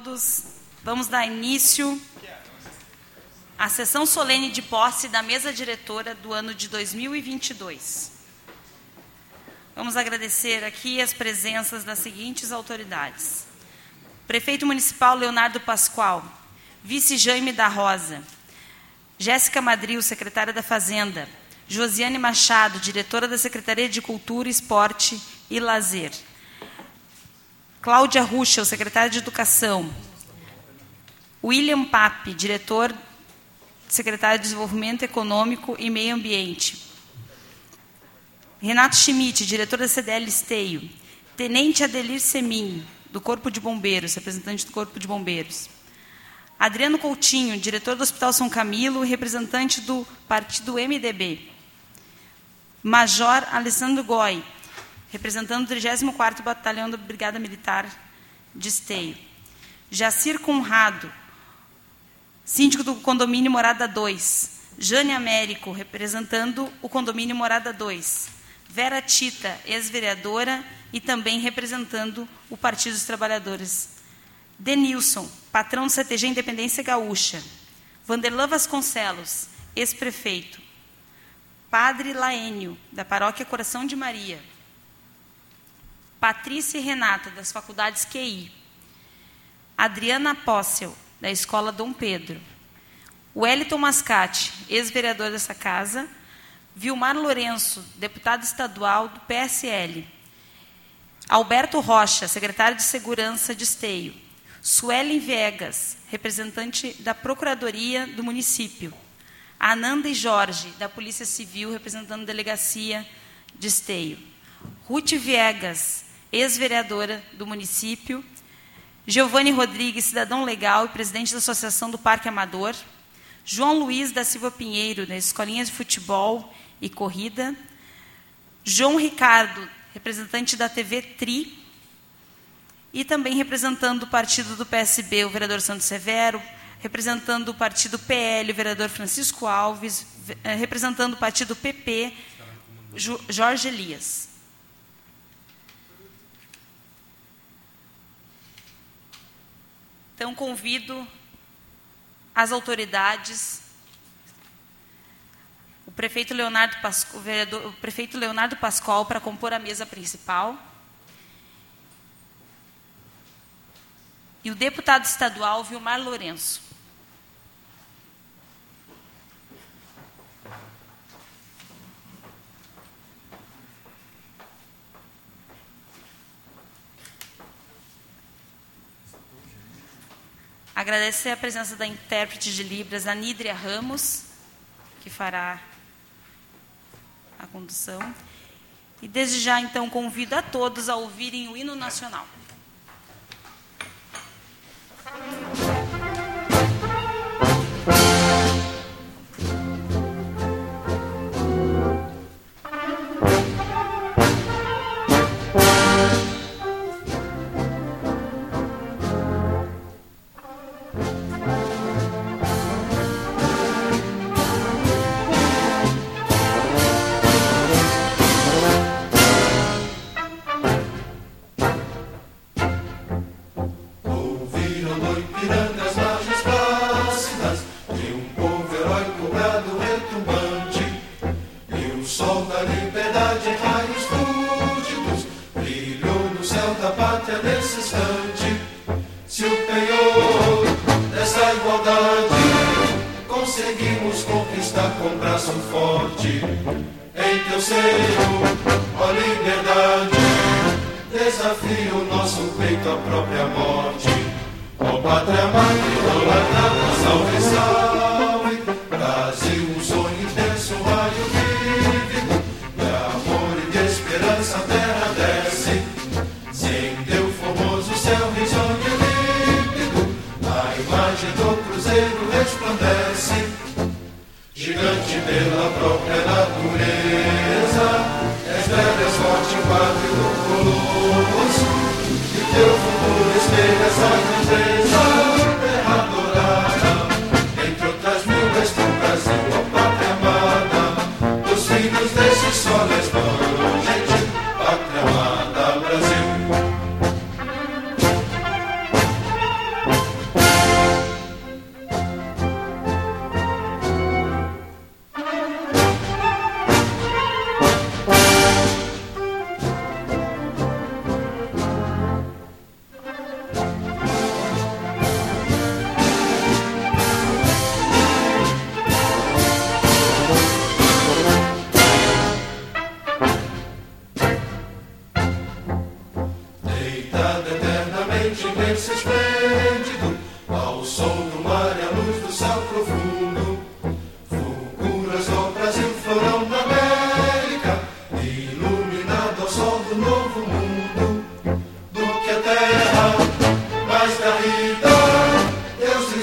todos. Vamos dar início à sessão solene de posse da mesa diretora do ano de 2022. Vamos agradecer aqui as presenças das seguintes autoridades. Prefeito Municipal Leonardo Pascoal, Vice Jaime da Rosa, Jéssica Madril, secretária da Fazenda, Josiane Machado, diretora da Secretaria de Cultura, Esporte e Lazer, Cláudia Ruschel, secretária de Educação, William Pape, diretor, secretário de Desenvolvimento Econômico e Meio Ambiente, Renato Schmidt, diretor da CDL Esteio, Tenente Adelir Semin, do Corpo de Bombeiros, representante do Corpo de Bombeiros, Adriano Coutinho, diretor do Hospital São Camilo e representante do partido MDB, Major Alessandro Goy, representando o 34º Batalhão da Brigada Militar de Esteio, Jacir Conrado, síndico do condomínio Morada 2, Jane Américo, representando o condomínio Morada 2, Vera Tita, ex-vereadora e também representando o Partido dos Trabalhadores, Denilson, patrão do CTG Independência Gaúcha, Vanderlan Vasconcelos, ex-prefeito, Padre Laênio, da Paróquia Coração de Maria, Patrícia e Renata, das faculdades QI, Adriana Possel, da Escola Dom Pedro, Wellington Mascate, ex-vereador dessa casa, Vilmar Lourenço, deputado estadual do PSL, Alberto Rocha, secretário de Segurança de Esteio, Suelen Viegas, representante da Procuradoria do município, Ananda e Jorge, da Polícia Civil, representando a Delegacia de Esteio, Ruth Viegas, ex-vereadora do município, Giovanni Rodrigues, cidadão legal e presidente da Associação do Parque Amador, João Luiz da Silva Pinheiro, das Escolinhas de Futebol e Corrida, João Ricardo, representante da TV Tri, e também representando o partido do PSB, o vereador Santos Severo, representando o partido PL, o vereador Francisco Alves, representando o partido PP, Jorge Elias. Então, convido as autoridades, o prefeito Leonardo Pascoal para compor a mesa principal e o deputado estadual Vilmar Lourenço. Agradecer a presença da intérprete de Libras, Anídria Ramos, que fará a condução. E desde já, então, convido a todos a ouvirem o hino nacional.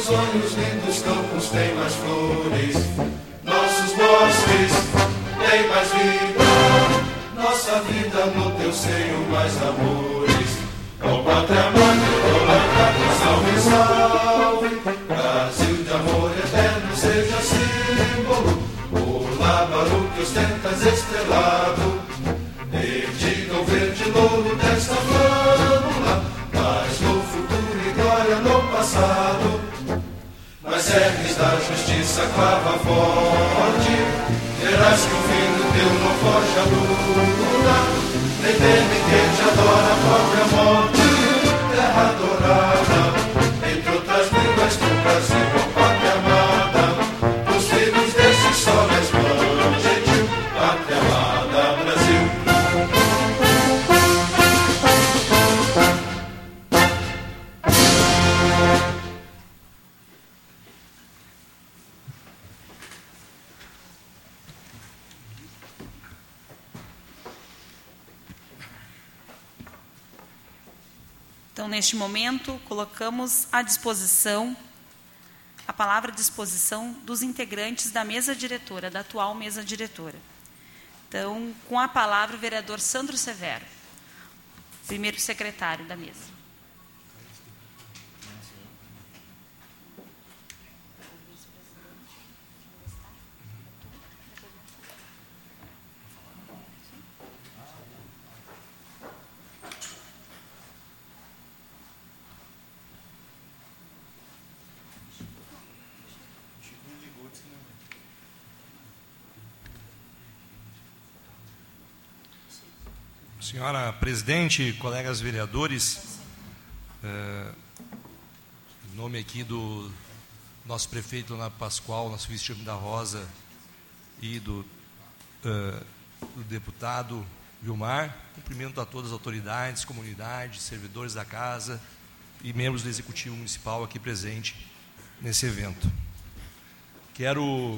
risonhos lindos campos têm mais flores, nossos bosques têm mais vida, nossa vida no teu seio mais amores. Ó pátria amada, idolatrada, salve, salve, Brasil de amor eterno seja símbolo, o lábaro que ostentas estrelado, diga o verde louro desta flâmula, mas no futuro e glória no passado, nas serras da justiça clava forte, verás que o fim do teu não foge a luta, nem teme quem te adora a própria morte, terra adorada, entre outras línguas do Brasil, ó pátria amada, os filhos desse sol és mãe gentil, pátria amada, Brasil. Então, neste momento, colocamos à disposição, a palavra à disposição dos integrantes da mesa diretora, da atual mesa diretora. Então, com a palavra, o vereador Sandro Severo, primeiro secretário da mesa. Senhora presidente, colegas vereadores, em nome aqui do nosso prefeito Leonardo Pascoal, nosso vice-prefeito da Rosa e do deputado Vilmar, cumprimento a todas as autoridades, comunidades, servidores da casa e membros do Executivo Municipal aqui presente nesse evento. Quero,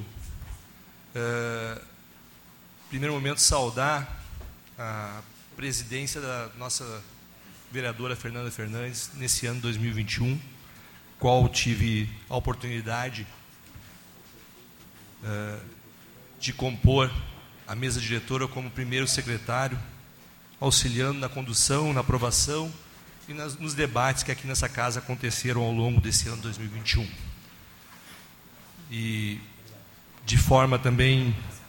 em primeiro momento, saudar a presidência da nossa vereadora Fernanda Fernandes nesse ano 2021, qual tive a oportunidade de compor a mesa diretora como primeiro secretário, auxiliando na condução, na aprovação e nos debates que aqui nessa casa aconteceram ao longo desse ano 2021. E de forma também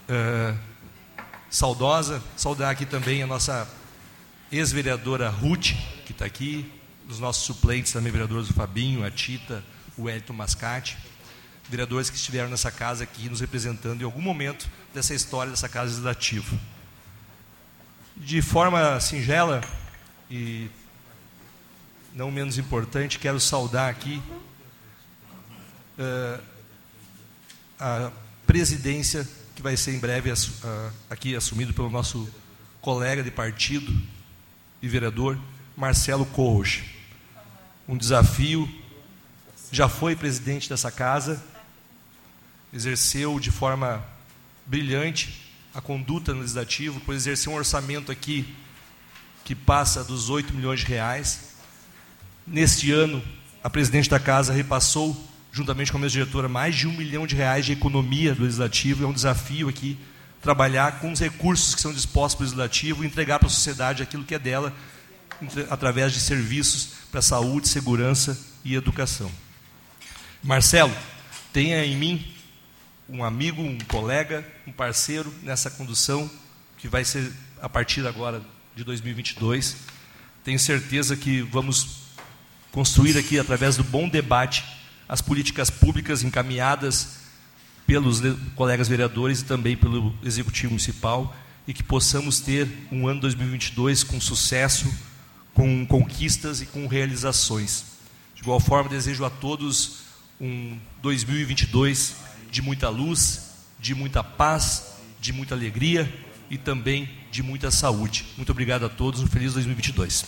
saudosa, saudar aqui também a nossa ex-vereadora Ruth, que está aqui, os nossos suplentes também, vereadores, o Fabinho, a Tita, o Elton Mascate, vereadores que estiveram nessa casa aqui nos representando em algum momento dessa história dessa casa legislativa. De forma singela e não menos importante, quero saudar aqui a presidência que vai ser em breve aqui assumido pelo nosso colega de partido e vereador, Marcelo Corros. Um desafio, já foi presidente dessa casa, exerceu de forma brilhante a conduta no legislativo, por exercer um orçamento aqui que passa dos 8 milhões de reais. Neste ano, a presidente da casa repassou, juntamente com a mesa diretora, mais de 1 milhão de reais de economia do legislativo. É um desafio aqui trabalhar com os recursos que são dispostos para o legislativo e entregar para a sociedade aquilo que é dela, através de serviços para saúde, segurança e educação. Marcelo, tenha em mim um amigo, um colega, um parceiro nessa condução que vai ser a partir agora de 2022. Tenho certeza que vamos construir aqui, através do bom debate, as políticas públicas encaminhadas pelos colegas vereadores e também pelo Executivo Municipal, e que possamos ter um ano 2022 com sucesso, com conquistas e com realizações. De igual forma, desejo a todos um 2022 de muita luz, de muita paz, de muita alegria e também de muita saúde. Muito obrigado a todos, um feliz 2022.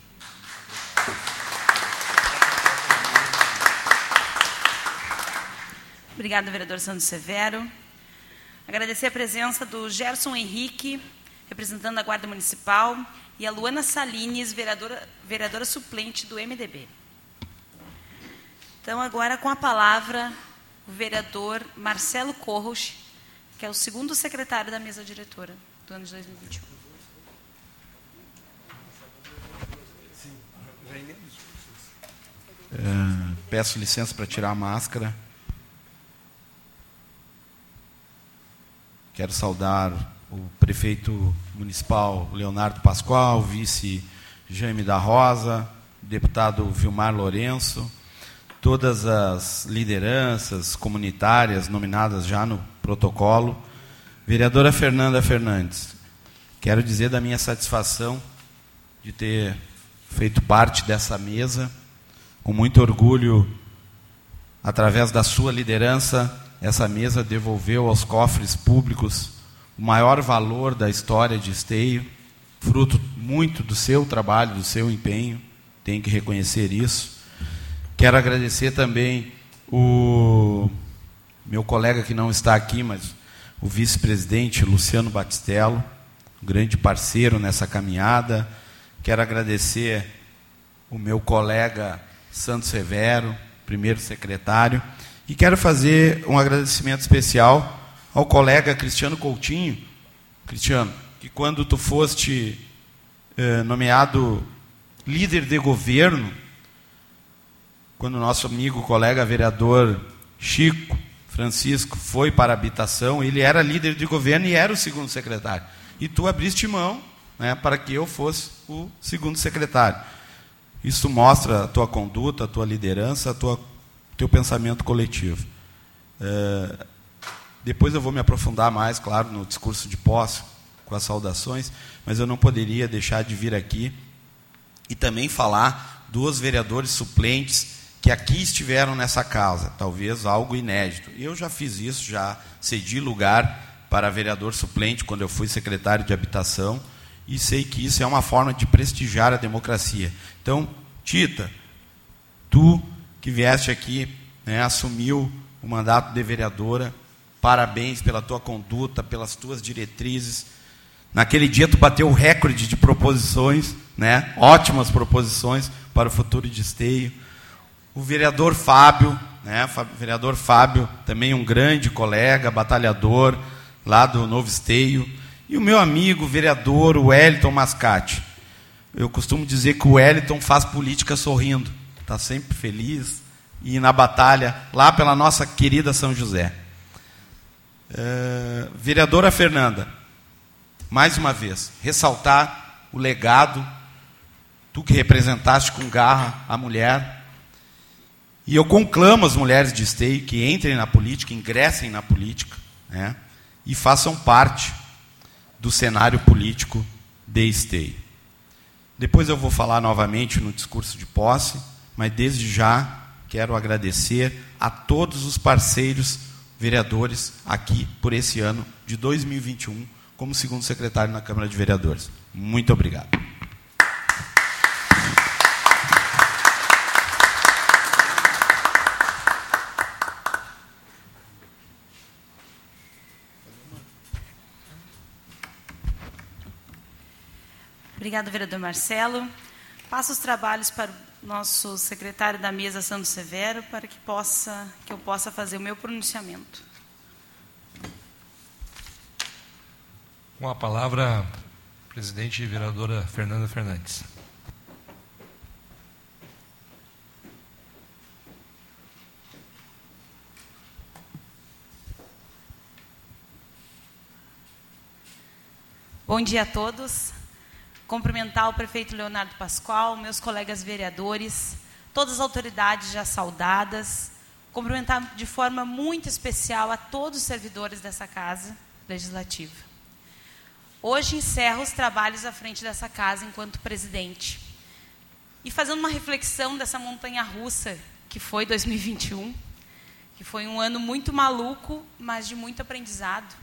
Obrigada, vereador Sandro Severo. Agradecer a presença do Gerson Henrique, representando a Guarda Municipal, e a Luana Salines, vereadora suplente do MDB. Então, agora com a palavra, o vereador Marcelo Corros, que é o segundo secretário da mesa diretora do ano de 2021. Peço licença para tirar a máscara. Quero saudar o prefeito municipal Leonardo Pascoal, o vice Jaime da Rosa, o deputado Vilmar Lourenço, todas as lideranças comunitárias nominadas já no protocolo. Vereadora Fernanda Fernandes, quero dizer da minha satisfação de ter feito parte dessa mesa. Com muito orgulho, através da sua liderança, essa mesa devolveu aos cofres públicos o maior valor da história de Esteio, fruto muito do seu trabalho, do seu empenho, tem que reconhecer isso. Quero agradecer também o meu colega que não está aqui, mas o vice-presidente Luciano Batistello, um grande parceiro nessa caminhada. Quero agradecer o meu colega Santos Severo, primeiro secretário, e quero fazer um agradecimento especial ao colega Cristiano Coutinho. Cristiano, que quando tu foste nomeado líder de governo, quando o nosso amigo, colega vereador Chico Francisco foi para a habitação, ele era líder de governo e era o segundo secretário. E tu abriste mão, né, para que eu fosse o segundo secretário. Isso mostra a tua conduta, a tua liderança, teu pensamento coletivo. Depois eu vou me aprofundar mais, claro, no discurso de posse, com as saudações, mas eu não poderia deixar de vir aqui e também falar dos vereadores suplentes que aqui estiveram nessa casa, talvez algo inédito. Eu já fiz isso, já cedi lugar para vereador suplente quando eu fui secretário de habitação, e sei que isso é uma forma de prestigiar a democracia. Então, Tita, tu que vieste aqui, né, assumiu o mandato de vereadora, parabéns pela tua conduta, pelas tuas diretrizes. Naquele dia tu bateu o recorde de proposições, né, ótimas proposições para o futuro de Esteio. O vereador Fábio, né, vereador Fábio, também um grande colega, batalhador, lá do Novo Esteio. E o meu amigo, vereador Wellington Mascate. Eu costumo dizer que o Wellington faz política sorrindo. Está sempre feliz e na batalha, lá pela nossa querida São José. Vereadora Fernanda, mais uma vez, ressaltar o legado, tu que representaste com garra a mulher. E eu conclamo as mulheres de Esteio que entrem na política, ingressem na política, né, e façam parte do cenário político de Esteio. Depois eu vou falar novamente no discurso de posse, mas desde já quero agradecer a todos os parceiros vereadores aqui por esse ano de 2021, como segundo secretário na Câmara de Vereadores. Muito obrigado. Obrigado, vereador Marcelo. Passo os trabalhos para o nosso secretário da mesa, Santos Severo, para que eu possa fazer o meu pronunciamento. Com a palavra, presidente e vereadora Fernanda Fernandes. Bom dia a todos. Cumprimentar o prefeito Leonardo Pascoal, meus colegas vereadores, todas as autoridades já saudadas. Cumprimentar de forma muito especial a todos os servidores dessa Casa Legislativa. Hoje encerro os trabalhos à frente dessa casa enquanto presidente. E fazendo uma reflexão dessa montanha-russa que foi 2021, que foi um ano muito maluco, mas de muito aprendizado.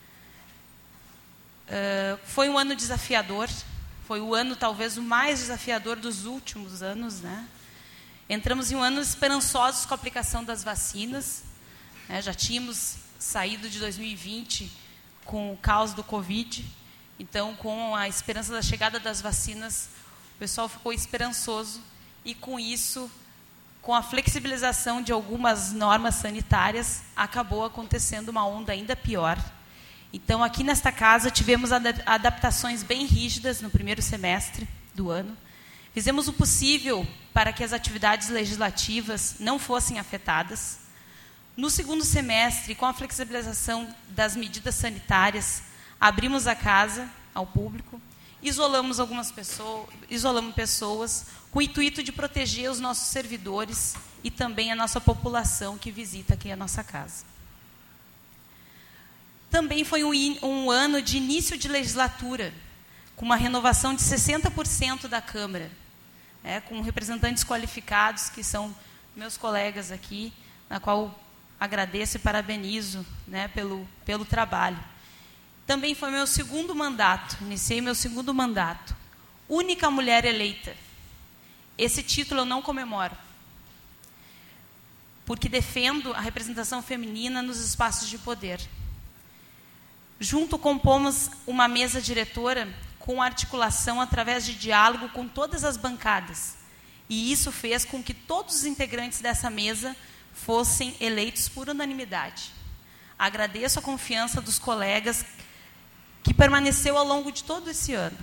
Foi um ano desafiador, foi o ano talvez o mais desafiador dos últimos anos, né? Entramos em um ano esperançosos com a aplicação das vacinas, né? Já tínhamos saído de 2020 com o caos do Covid, então com a esperança da chegada das vacinas, o pessoal ficou esperançoso e com isso com a flexibilização de algumas normas sanitárias, acabou acontecendo uma onda ainda pior. Então, aqui nesta casa, tivemos adaptações bem rígidas no primeiro semestre do ano. Fizemos o possível para que as atividades legislativas não fossem afetadas. No segundo semestre, com a flexibilização das medidas sanitárias, abrimos a casa ao público, isolamos pessoas com o intuito de proteger os nossos servidores e também a nossa população que visita aqui a nossa casa. Também foi um ano de início de legislatura, com uma renovação de 60% da Câmara, com representantes qualificados, que são meus colegas aqui, na qual agradeço e parabenizo, pelo trabalho. Também foi meu segundo mandato, iniciei meu segundo mandato. Única mulher eleita. Esse título eu não comemoro, porque defendo a representação feminina nos espaços de poder. Junto compomos uma mesa diretora com articulação através de diálogo com todas as bancadas. E isso fez com que todos os integrantes dessa mesa fossem eleitos por unanimidade. Agradeço a confiança dos colegas que permaneceu ao longo de todo esse ano.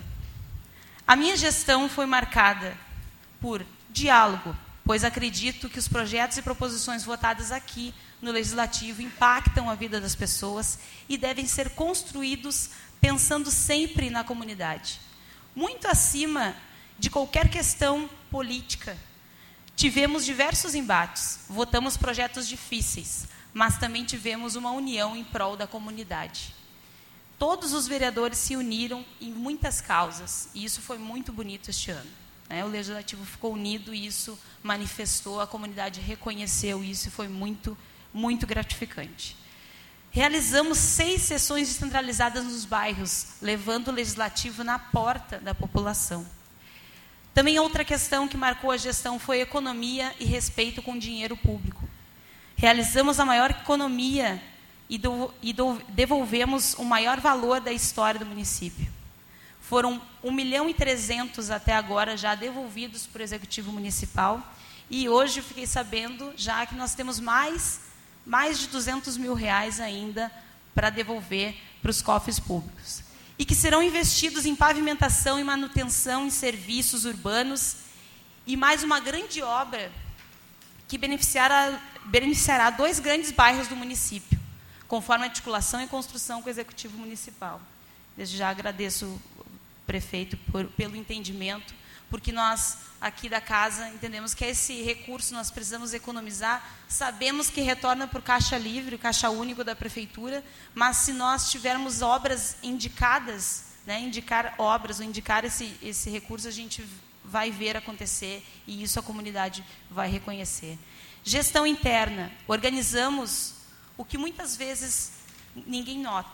A minha gestão foi marcada por diálogo, pois acredito que os projetos e proposições votadas aqui no Legislativo impactam a vida das pessoas e devem ser construídos pensando sempre na comunidade. Muito acima de qualquer questão política. Tivemos diversos embates, votamos projetos difíceis, mas também tivemos uma união em prol da comunidade. Todos os vereadores se uniram em muitas causas, e isso foi muito bonito este ano. O Legislativo ficou unido e isso manifestou, a comunidade reconheceu isso e foi muito, muito gratificante. Realizamos 6 sessões descentralizadas nos bairros, levando o Legislativo na porta da população. Também outra questão que marcou a gestão foi economia e respeito com o dinheiro público. Realizamos a maior economia e devolvemos o maior valor da história do município. Foram 1.300.000 até agora já devolvidos por Executivo Municipal e hoje eu fiquei sabendo já que nós temos mais de R$200 mil ainda para devolver para os cofres públicos. E que serão investidos em pavimentação e manutenção em serviços urbanos e mais uma grande obra que beneficiará 2 grandes bairros do município, conforme a articulação e construção com o Executivo Municipal. Desde já agradeço o prefeito pelo entendimento, porque nós, aqui da casa, entendemos que esse recurso nós precisamos economizar, sabemos que retorna por caixa livre, caixa único da prefeitura, mas se nós tivermos obras indicadas, indicar obras ou indicar esse recurso, a gente vai ver acontecer e isso a comunidade vai reconhecer. Gestão interna, organizamos o que muitas vezes ninguém nota.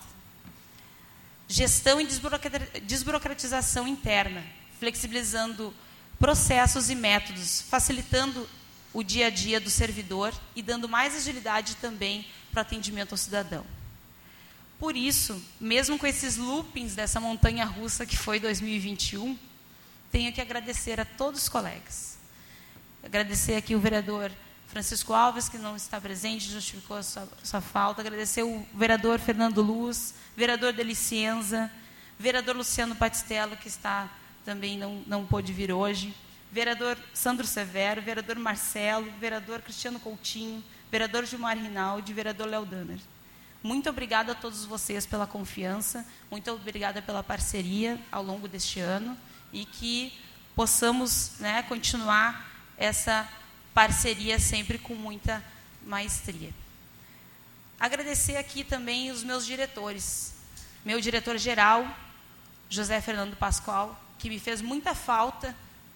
Gestão e desburocratização interna, flexibilizando processos e métodos, facilitando o dia a dia do servidor e dando mais agilidade também para o atendimento ao cidadão. Por isso, mesmo com esses loopings dessa montanha-russa que foi 2021, tenho que agradecer a todos os colegas. Agradecer aqui o vereador Francisco Alves, que não está presente, justificou a sua falta. Agradecer o vereador Fernando Luz, vereador Delicienza, vereador Luciano Batistello, que está também não pôde vir hoje, vereador Sandro Severo, vereador Marcelo, vereador Cristiano Coutinho, vereador Gilmar Rinaldi, vereador Léo Danner. Muito obrigada a todos vocês pela confiança, muito obrigada pela parceria ao longo deste ano e que possamos continuar essa parceria sempre com muita maestria. Agradecer aqui também os meus diretores. Meu diretor-geral, José Fernando Pascoal, que me fez muita falta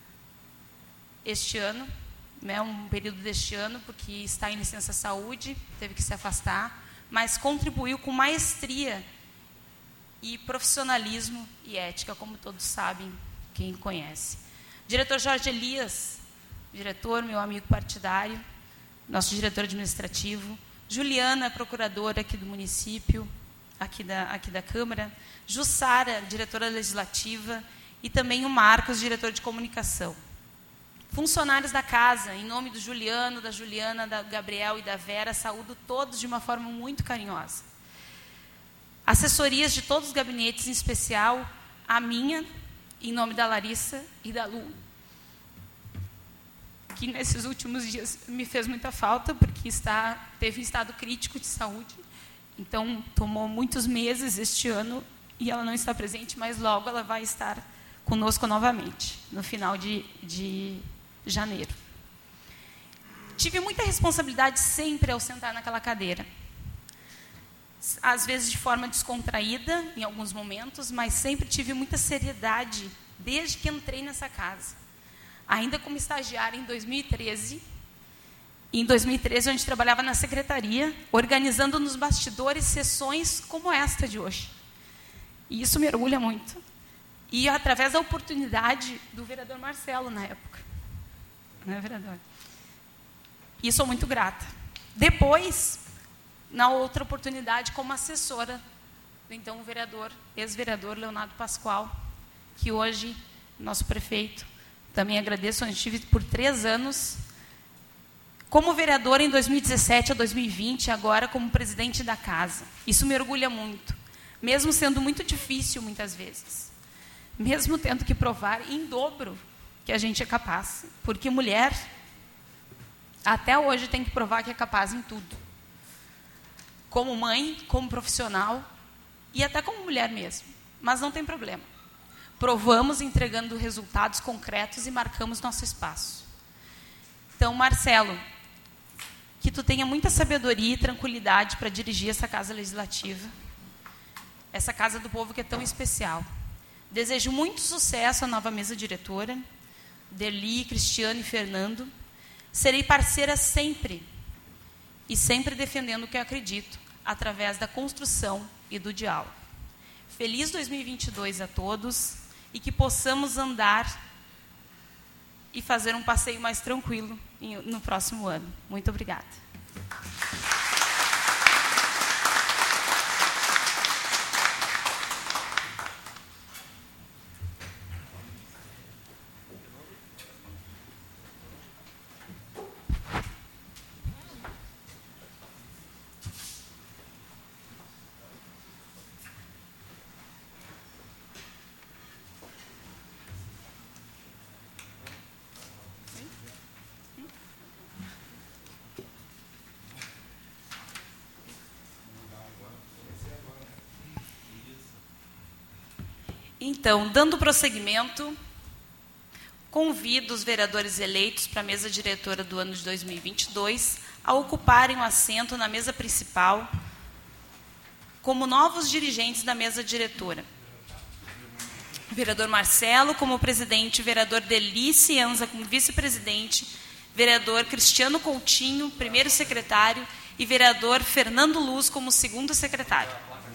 este ano, um período deste ano, porque está em licença saúde, teve que se afastar, mas contribuiu com maestria e profissionalismo e ética, como todos sabem, quem conhece. Diretor Jorge Elias, diretor, meu amigo partidário, nosso diretor administrativo, Juliana, procuradora aqui do município, aqui da Câmara, Jussara, diretora legislativa, e também o Marcos, diretor de comunicação. Funcionários da casa, em nome do Juliano, da Juliana, da Gabriel e da Vera, saúdo todos de uma forma muito carinhosa. Assessorias de todos os gabinetes, em especial a minha, em nome da Larissa e da Lu, que nesses últimos dias me fez muita falta, porque teve estado crítico de saúde, então tomou muitos meses este ano e ela não está presente, mas logo ela vai estar conosco novamente, no final de janeiro. Tive muita responsabilidade sempre ao sentar naquela cadeira. Às vezes de forma descontraída, em alguns momentos, mas sempre tive muita seriedade desde que entrei nessa casa. Ainda como estagiária em 2013, em 2013 a gente trabalhava na secretaria, organizando nos bastidores sessões como esta de hoje. E isso me orgulha muito. E através da oportunidade do vereador Marcelo, na época. Não é, vereador? E sou muito grata. Depois, na outra oportunidade, como assessora do então ex-vereador Leonardo Pascoal, que hoje, nosso prefeito, também agradeço, eu estive por 3 anos, como vereadora em 2017 a 2020, agora como presidente da casa. Isso me orgulha muito, mesmo sendo muito difícil muitas vezes. Mesmo tendo que provar em dobro que a gente é capaz, porque mulher, até hoje, tem que provar que é capaz em tudo. Como mãe, como profissional e até como mulher mesmo. Mas não tem problema. Provamos entregando resultados concretos e marcamos nosso espaço. Então, Marcelo, que tu tenha muita sabedoria e tranquilidade para dirigir essa Casa Legislativa, essa Casa do Povo que é tão especial. Desejo muito sucesso à nova mesa diretora, Derli, Cristiano e Fernando. Serei parceira sempre, e sempre defendendo o que eu acredito, através da construção e do diálogo. Feliz 2022 a todos, e que possamos andar e fazer um passeio mais tranquilo no próximo ano. Muito obrigada. Então, dando prosseguimento, convido os vereadores eleitos para a mesa diretora do ano de 2022 a ocuparem o assento na mesa principal como novos dirigentes da mesa diretora. Vereador Marcelo como presidente, vereador Delice Anza como vice-presidente, vereador Cristiano Coutinho, primeiro secretário, e vereador Fernando Luz como segundo secretário.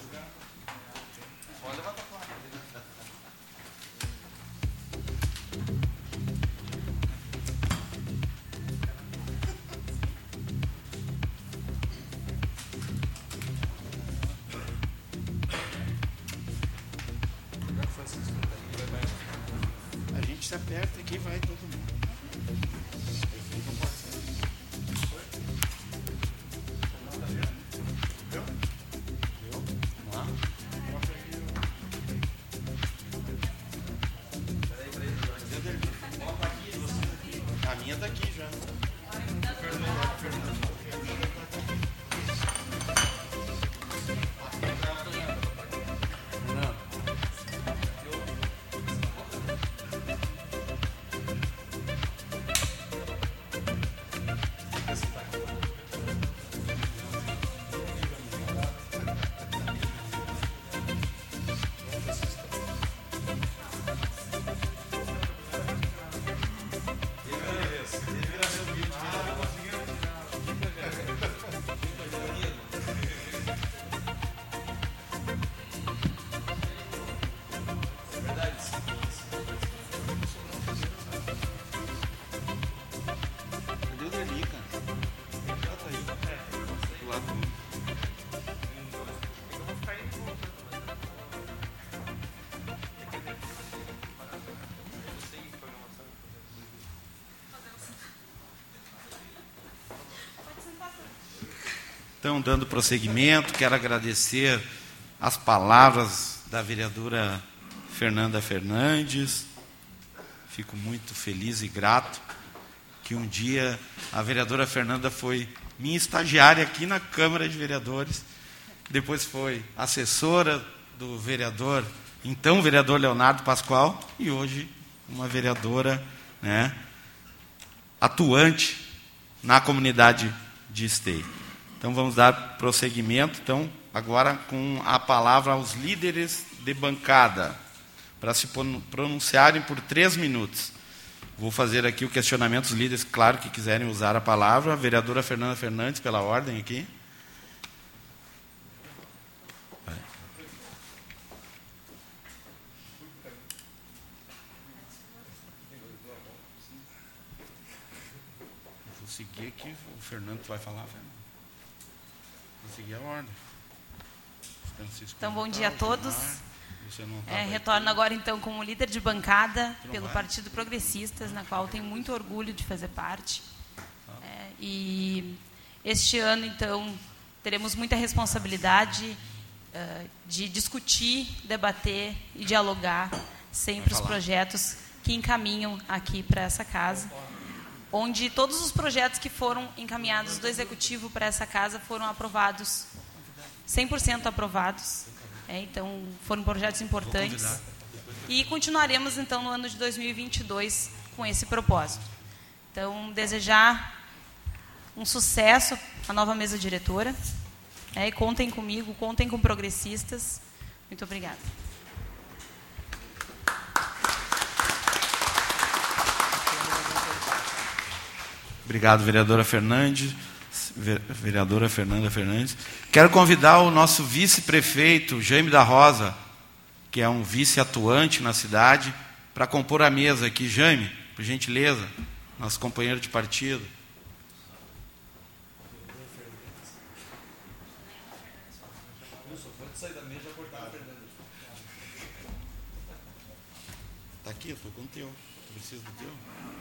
A gente se aperta aqui, vai todo mundo. A minha tá aqui já. Então, dando prosseguimento, quero agradecer as palavras da vereadora Fernanda Fernandes. Fico muito feliz e grato que um dia a vereadora Fernanda foi minha estagiária aqui na Câmara de Vereadores, depois foi assessora do vereador, então vereador Leonardo Pascoal, e hoje uma vereadora, né, atuante na comunidade de Esteio. Então vamos dar prosseguimento, então, agora com a palavra aos líderes de bancada, para se pronunciarem por 3 minutos. Vou fazer aqui o questionamento dos líderes, claro, que quiserem usar a palavra. A vereadora Fernanda Fernandes, pela ordem aqui. Vou seguir aqui, o Fernando vai falar, Fernando. Vou seguir a ordem. Francisco, então, bom dia a todos. Retorno agora, então, como líder de bancada pelo Partido Progressistas, na qual tenho muito orgulho de fazer parte. E este ano, então, teremos muita responsabilidade de discutir, debater e dialogar sempre os projetos que encaminham aqui para essa casa, onde todos os projetos que foram encaminhados do Executivo para essa casa foram aprovados, 100% aprovados. Então, foram projetos importantes. E continuaremos, então, no ano de 2022 com esse propósito. Então, desejar um sucesso à nova mesa diretora. E contem comigo, contem com progressistas. Muito obrigada. Obrigado, vereadora Fernandes. Vereadora Fernanda Fernandes. Quero convidar o nosso vice-prefeito, Jaime da Rosa, que é um vice atuante na cidade, para compor a mesa aqui. Jaime, por gentileza, nosso companheiro de partido. Está aqui, eu estou com o teu. Preciso do teu.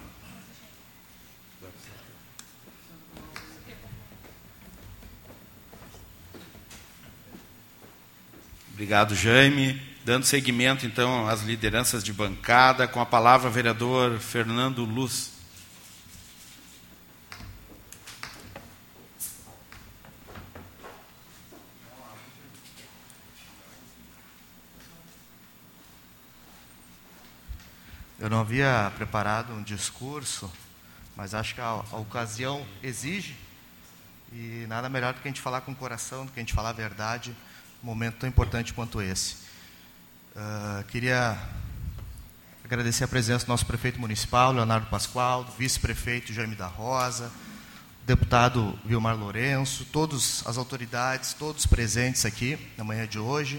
Obrigado, Jaime. Dando seguimento, então, às lideranças de bancada, com a palavra, vereador Fernando Luz. Eu não havia preparado um discurso, mas acho que a ocasião exige, e nada melhor do que a gente falar com o coração, do que a gente falar a verdade, um momento tão importante quanto esse. Queria agradecer a presença do nosso prefeito municipal, Leonardo Pascoal, do vice-prefeito Jaime da Rosa, deputado Vilmar Lourenço, todas as autoridades, todos presentes aqui na manhã de hoje.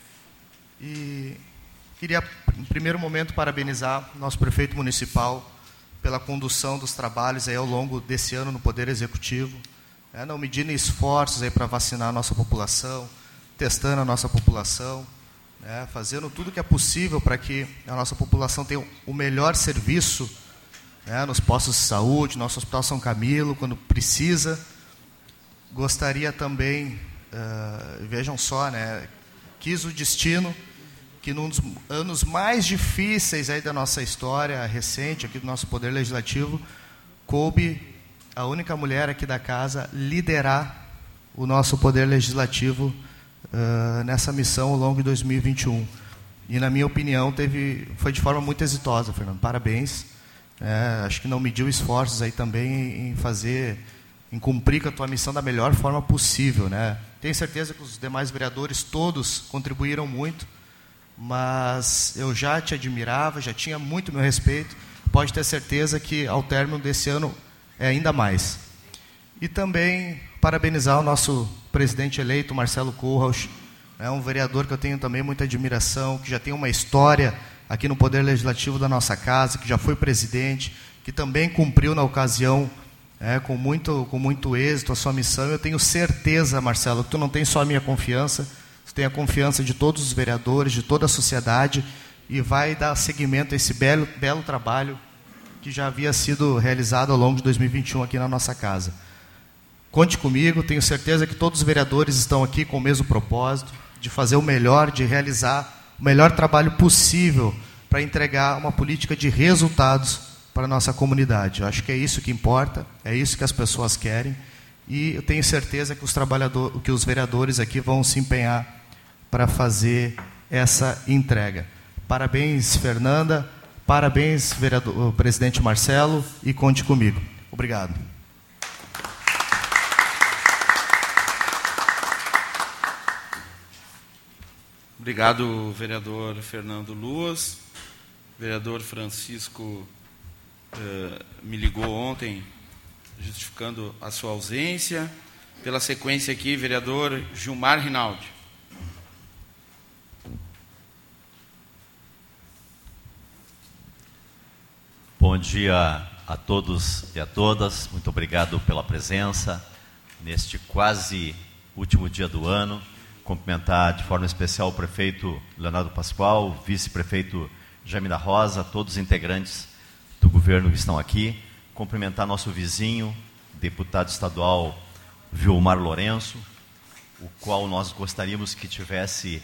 E queria, em primeiro momento, parabenizar o nosso prefeito municipal pela condução dos trabalhos aí ao longo desse ano no Poder Executivo, não medindo esforços aí para vacinar a nossa população, testando a nossa população, fazendo tudo que é possível para que a nossa população tenha o melhor serviço, nos postos de saúde, nosso Hospital São Camilo, quando precisa. Gostaria também, vejam só, quis o destino que num dos anos mais difíceis aí da nossa história recente, aqui do nosso Poder Legislativo, coube a única mulher aqui da casa liderar o nosso Poder Legislativo nessa missão ao longo de 2021. E, na minha opinião, foi de forma muito exitosa, Fernando. Parabéns. Acho que não mediu esforços aí também em cumprir com a tua missão da melhor forma possível, Tenho certeza que os demais vereadores todos contribuíram muito, mas eu já te admirava, já tinha muito meu respeito. Pode ter certeza que ao término desse ano é ainda mais. E também parabenizar o nosso presidente eleito, Marcelo Kohlrausch, um vereador que eu tenho também muita admiração, que já tem uma história aqui no Poder Legislativo da nossa casa, que já foi presidente, que também cumpriu na ocasião com muito êxito a sua missão. Eu tenho certeza, Marcelo, que tu não tem só a minha confiança, tu tem a confiança de todos os vereadores, de toda a sociedade, e vai dar seguimento a esse belo trabalho que já havia sido realizado ao longo de 2021 aqui na nossa casa. conte comigo, tenho certeza que todos os vereadores estão aqui com o mesmo propósito, de fazer o melhor, de realizar o melhor trabalho possível para entregar uma política de resultados para a nossa comunidade. Eu acho que é isso que importa, é isso que as pessoas querem, e eu tenho certeza que os vereadores aqui vão se empenhar para fazer essa entrega. Parabéns, Fernanda, parabéns, vereador, presidente Marcelo, e conte comigo. Obrigado. Obrigado, vereador Fernando Luas. Vereador Francisco me ligou ontem, justificando a sua ausência. Pela sequência aqui, vereador Gilmar Rinaldi. Bom dia a todos e a todas. Muito obrigado pela presença neste quase último dia do ano. Cumprimentar de forma especial o prefeito Leonardo Pascoal, o vice-prefeito Jaime da Rosa, todos os integrantes do governo que estão aqui. Cumprimentar nosso vizinho, deputado estadual Vilmar Lourenço, o qual nós gostaríamos que tivesse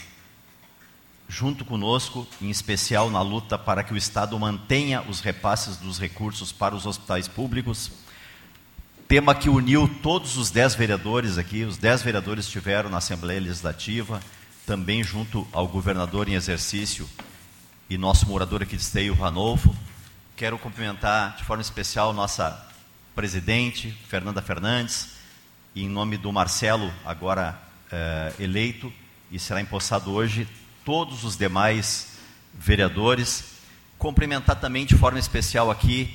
junto conosco, em especial na luta para que o Estado mantenha os repasses dos recursos para os hospitais públicos. Tema que uniu todos os 10 vereadores aqui, os 10 vereadores estiveram na Assembleia Legislativa, também junto ao governador em exercício e nosso morador aqui de Esteio, Ranolfo. Quero cumprimentar de forma especial nossa presidente, Fernanda Fernandes, e em nome do Marcelo, agora eleito, e será empossado hoje, todos os demais vereadores. Cumprimentar também de forma especial aqui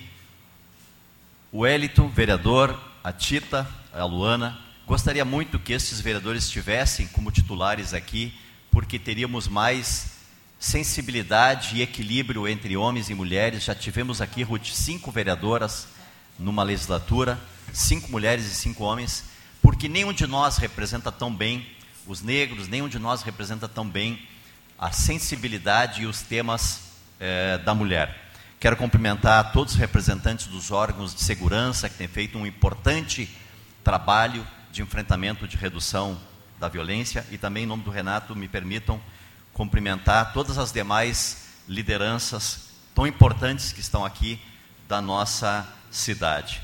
o Wellington, vereador, a Tita, a Luana. Gostaria muito que esses vereadores estivessem como titulares aqui, porque teríamos mais sensibilidade e equilíbrio entre homens e mulheres. Já tivemos aqui, Ruth, 5 vereadoras numa legislatura, 5 mulheres e 5 homens, porque nenhum de nós representa tão bem os negros, nenhum de nós representa tão bem a sensibilidade e os temas da mulher. Quero cumprimentar todos os representantes dos órgãos de segurança que têm feito um importante trabalho de enfrentamento, de redução da violência, e também, em nome do Renato, me permitam cumprimentar todas as demais lideranças tão importantes que estão aqui da nossa cidade.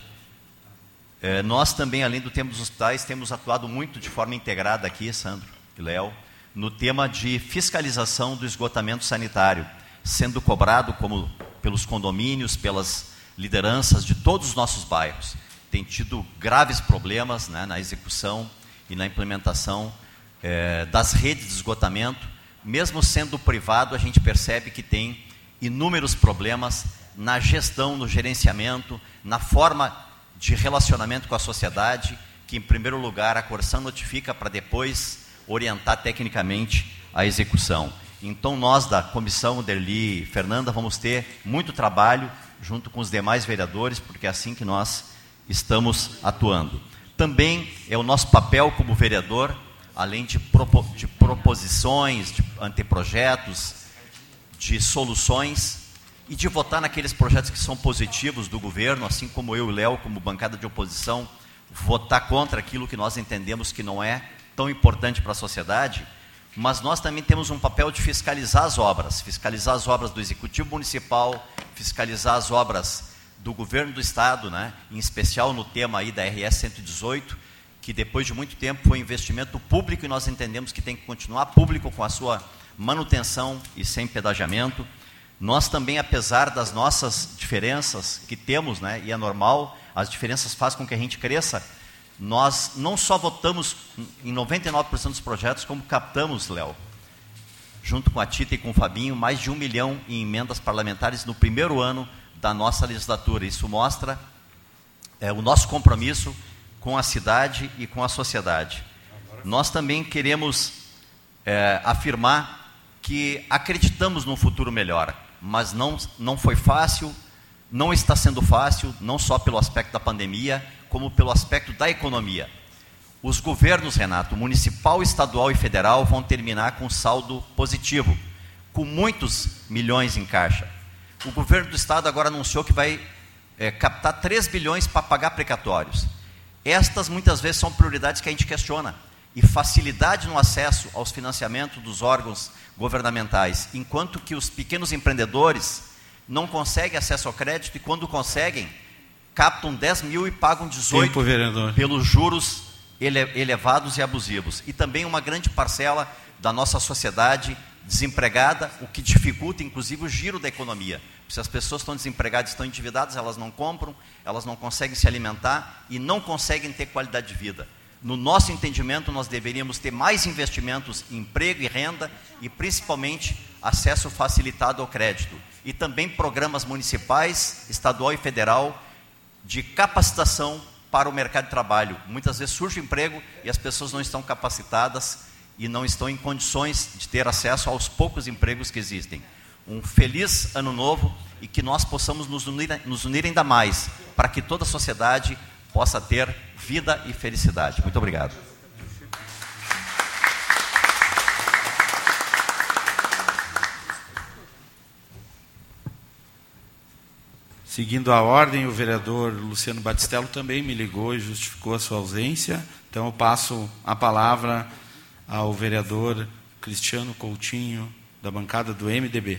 Nós também, além do tema dos hospitais, temos atuado muito de forma integrada aqui, Sandro e Léo, no tema de fiscalização do esgotamento sanitário, sendo cobrado como pelos condomínios, pelas lideranças de todos os nossos bairros. Tem tido graves problemas, né, na execução e na implementação das redes de esgotamento. Mesmo sendo privado, a gente percebe que tem inúmeros problemas na gestão, no gerenciamento, na forma de relacionamento com a sociedade, que em primeiro lugar a Corsan notifica para depois orientar tecnicamente a execução. Então nós da comissão, Derli e Fernanda, vamos ter muito trabalho junto com os demais vereadores, porque é assim que nós estamos atuando. Também é o nosso papel como vereador, além de proposições, de anteprojetos, de soluções, e de votar naqueles projetos que são positivos do governo, assim como eu e o Léo, como bancada de oposição, votar contra aquilo que nós entendemos que não é tão importante para a sociedade. Mas nós também temos um papel de fiscalizar as obras do Executivo Municipal, fiscalizar as obras do Governo do Estado, né? Em especial no tema aí da RS 118, que depois de muito tempo foi investimento público e nós entendemos que tem que continuar público com a sua manutenção e sem pedagiamento. Nós também, apesar das nossas diferenças que temos, né? E é normal, as diferenças fazem com que a gente cresça. Nós não só votamos em 99% dos projetos, como captamos, Léo, junto com a Tita e com o Fabinho, mais de 1 milhão em emendas parlamentares no primeiro ano da nossa legislatura. Isso mostra o nosso compromisso com a cidade e com a sociedade. Nós também queremos afirmar que acreditamos num futuro melhor, mas não foi fácil, não está sendo fácil, não só pelo aspecto da pandemia, como pelo aspecto da economia. Os governos, Renato, municipal, estadual e federal, vão terminar com saldo positivo, com muitos milhões em caixa. O governo do estado agora anunciou que vai captar 3 bilhões para pagar precatórios. Estas muitas vezes são prioridades que a gente questiona. E facilidade no acesso aos financiamentos dos órgãos governamentais, enquanto que os pequenos empreendedores não conseguem acesso ao crédito e quando conseguem, captam 10 mil e pagam 18 pelos juros elevados e abusivos. E também uma grande parcela da nossa sociedade desempregada, o que dificulta inclusive o giro da economia. Se as pessoas estão desempregadas, estão endividadas, elas não compram, elas não conseguem se alimentar e não conseguem ter qualidade de vida. No nosso entendimento, nós deveríamos ter mais investimentos em emprego e renda e principalmente acesso facilitado ao crédito. E também programas municipais, estadual e federal de capacitação para o mercado de trabalho. Muitas vezes surge emprego e as pessoas não estão capacitadas e não estão em condições de ter acesso aos poucos empregos que existem. Um feliz ano novo e que nós possamos nos unir ainda mais para que toda a sociedade possa ter vida e felicidade. Muito obrigado. Seguindo a ordem, o vereador Luciano Batistello também me ligou e justificou a sua ausência. Então, eu passo a palavra ao vereador Cristiano Coutinho, da bancada do MDB.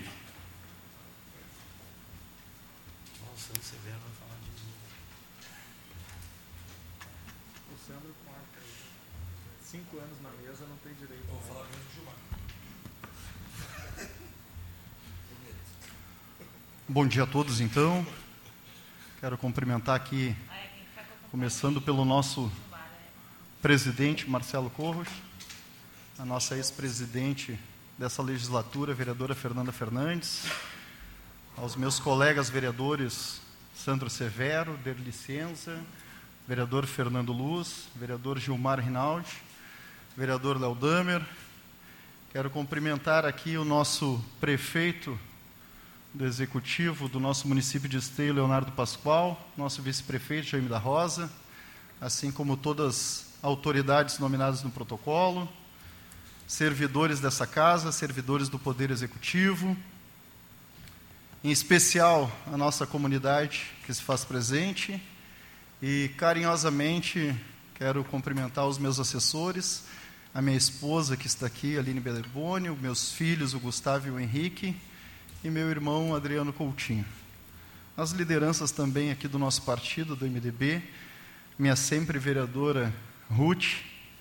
Bom dia a todos, então. Quero cumprimentar aqui, começando pelo nosso presidente, Marcelo Corros, a nossa ex-presidente dessa legislatura, a vereadora Fernanda Fernandes, aos meus colegas vereadores Sandro Severo, Derlicenza, vereador Fernando Luz, vereador Gilmar Rinaldi, vereador Léo Damer. Quero cumprimentar aqui o nosso prefeito do Executivo do nosso município de Esteio, Leonardo Pascoal, nosso vice-prefeito, Jaime da Rosa, assim como todas as autoridades nominadas no protocolo, servidores dessa casa, servidores do Poder Executivo, em especial a nossa comunidade que se faz presente, e carinhosamente quero cumprimentar os meus assessores, a minha esposa que está aqui, Aline Belerboni, os meus filhos, o Gustavo e o Henrique, e meu irmão Adriano Coutinho. As lideranças também aqui do nosso partido, do MDB, minha sempre vereadora Ruth,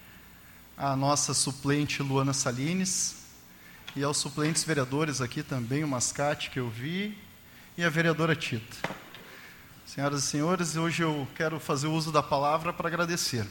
a nossa suplente Luana Salines, e aos suplentes vereadores aqui também, o Mascate, que eu vi, e a vereadora Tita. Senhoras e senhores, hoje eu quero fazer uso da palavra para agradecer.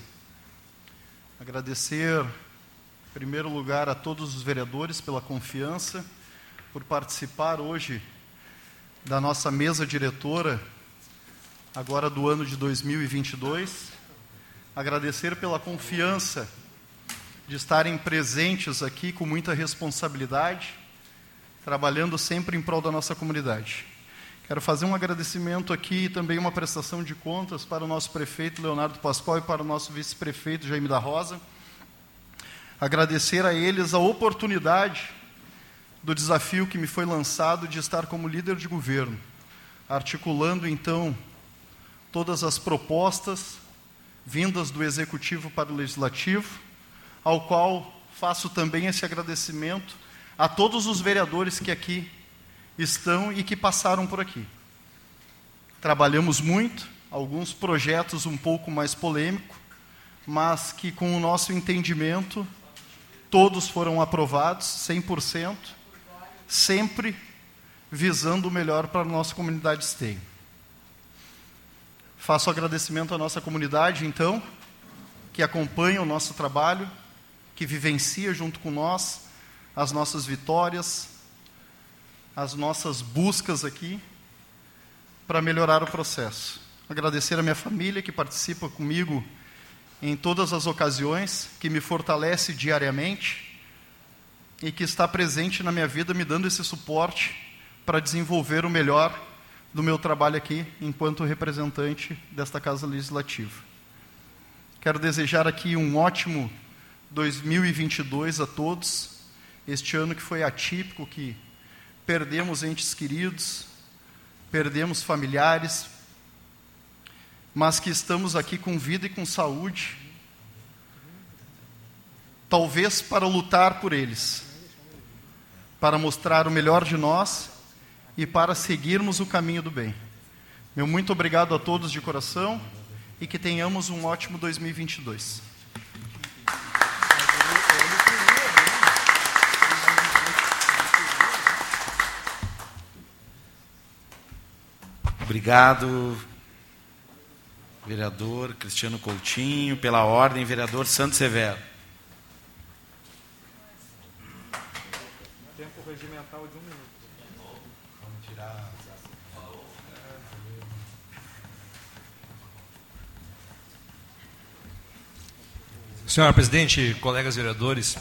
Agradecer, em primeiro lugar, a todos os vereadores pela confiança, por participar hoje da nossa mesa diretora, agora do ano de 2022. Agradecer pela confiança de estarem presentes aqui com muita responsabilidade, trabalhando sempre em prol da nossa comunidade. Quero fazer um agradecimento aqui e também uma prestação de contas para o nosso prefeito Leonardo Pascoal e para o nosso vice-prefeito Jaime da Rosa. Agradecer a eles a oportunidade do desafio que me foi lançado de estar como líder de governo, articulando então todas as propostas vindas do Executivo para o Legislativo, ao qual faço também esse agradecimento a todos os vereadores que aqui estão e que passaram por aqui. Trabalhamos muito, alguns projetos um pouco mais polêmicos, mas que com o nosso entendimento todos foram aprovados, 100%, sempre visando o melhor para a nossa comunidade de Esteio. Faço agradecimento à nossa comunidade, então, que acompanha o nosso trabalho, que vivencia junto com nós as nossas vitórias, as nossas buscas aqui, para melhorar o processo. Agradecer a minha família, que participa comigo em todas as ocasiões, que me fortalece diariamente, e que está presente na minha vida, me dando esse suporte para desenvolver o melhor do meu trabalho aqui, enquanto representante desta Casa Legislativa. Quero desejar aqui um ótimo 2022 a todos, este ano que foi atípico, que perdemos entes queridos, perdemos familiares, mas que estamos aqui com vida e com saúde, talvez para lutar por eles, para mostrar o melhor de nós e para seguirmos o caminho do bem. Meu muito obrigado a todos de coração e que tenhamos um ótimo 2022. Obrigado, vereador Cristiano Coutinho. Pela ordem, vereador Santos Severo. Tempo regimental de 1 minuto. Vamos tirar. Senhora presidente, colegas vereadores,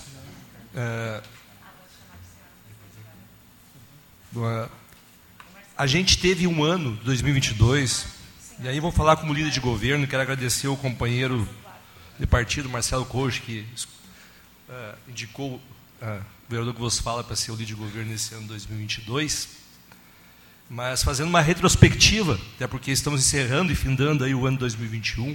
a gente teve um ano, 2022, e aí vou falar como líder de governo, quero agradecer ao companheiro de partido, Marcelo Coelho, que indicou o vereador que vos fala para ser o líder de governo nesse ano 2022, mas fazendo uma retrospectiva, até porque estamos encerrando e findando aí o ano 2021,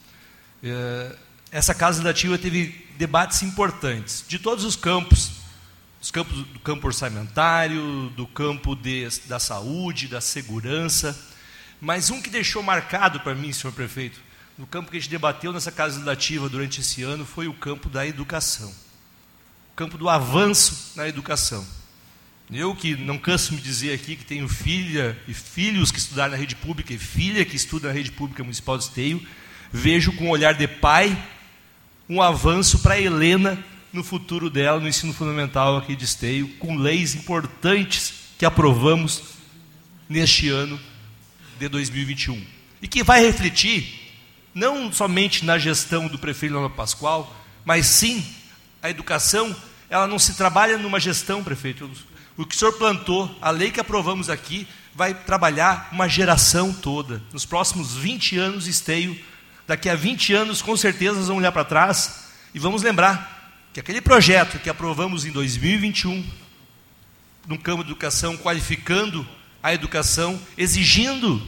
essa Casa Legislativa teve debates importantes, de todos os campos, do campo orçamentário, do campo da saúde, da segurança, mas um que deixou marcado para mim, senhor prefeito, no campo que a gente debateu nessa Casa Legislativa durante esse ano, foi o campo da educação, o campo do avanço na educação. Eu que não canso de me dizer aqui que tenho filha e filhos que estudaram na rede pública e filha que estuda na rede pública municipal de Esteio, vejo com um olhar de pai um avanço para a Helena no futuro dela, no ensino fundamental aqui de Esteio, com leis importantes que aprovamos neste ano de 2021. E que vai refletir, não somente na gestão do prefeito Leonardo Pascoal, mas sim, a educação, ela não se trabalha numa gestão, prefeito. O que o senhor plantou, a lei que aprovamos aqui, vai trabalhar uma geração toda. Nos próximos 20 anos, Esteio, daqui a 20 anos, com certeza, nós vamos olhar para trás e vamos lembrar que aquele projeto que aprovamos em 2021, no campo de educação, qualificando a educação, exigindo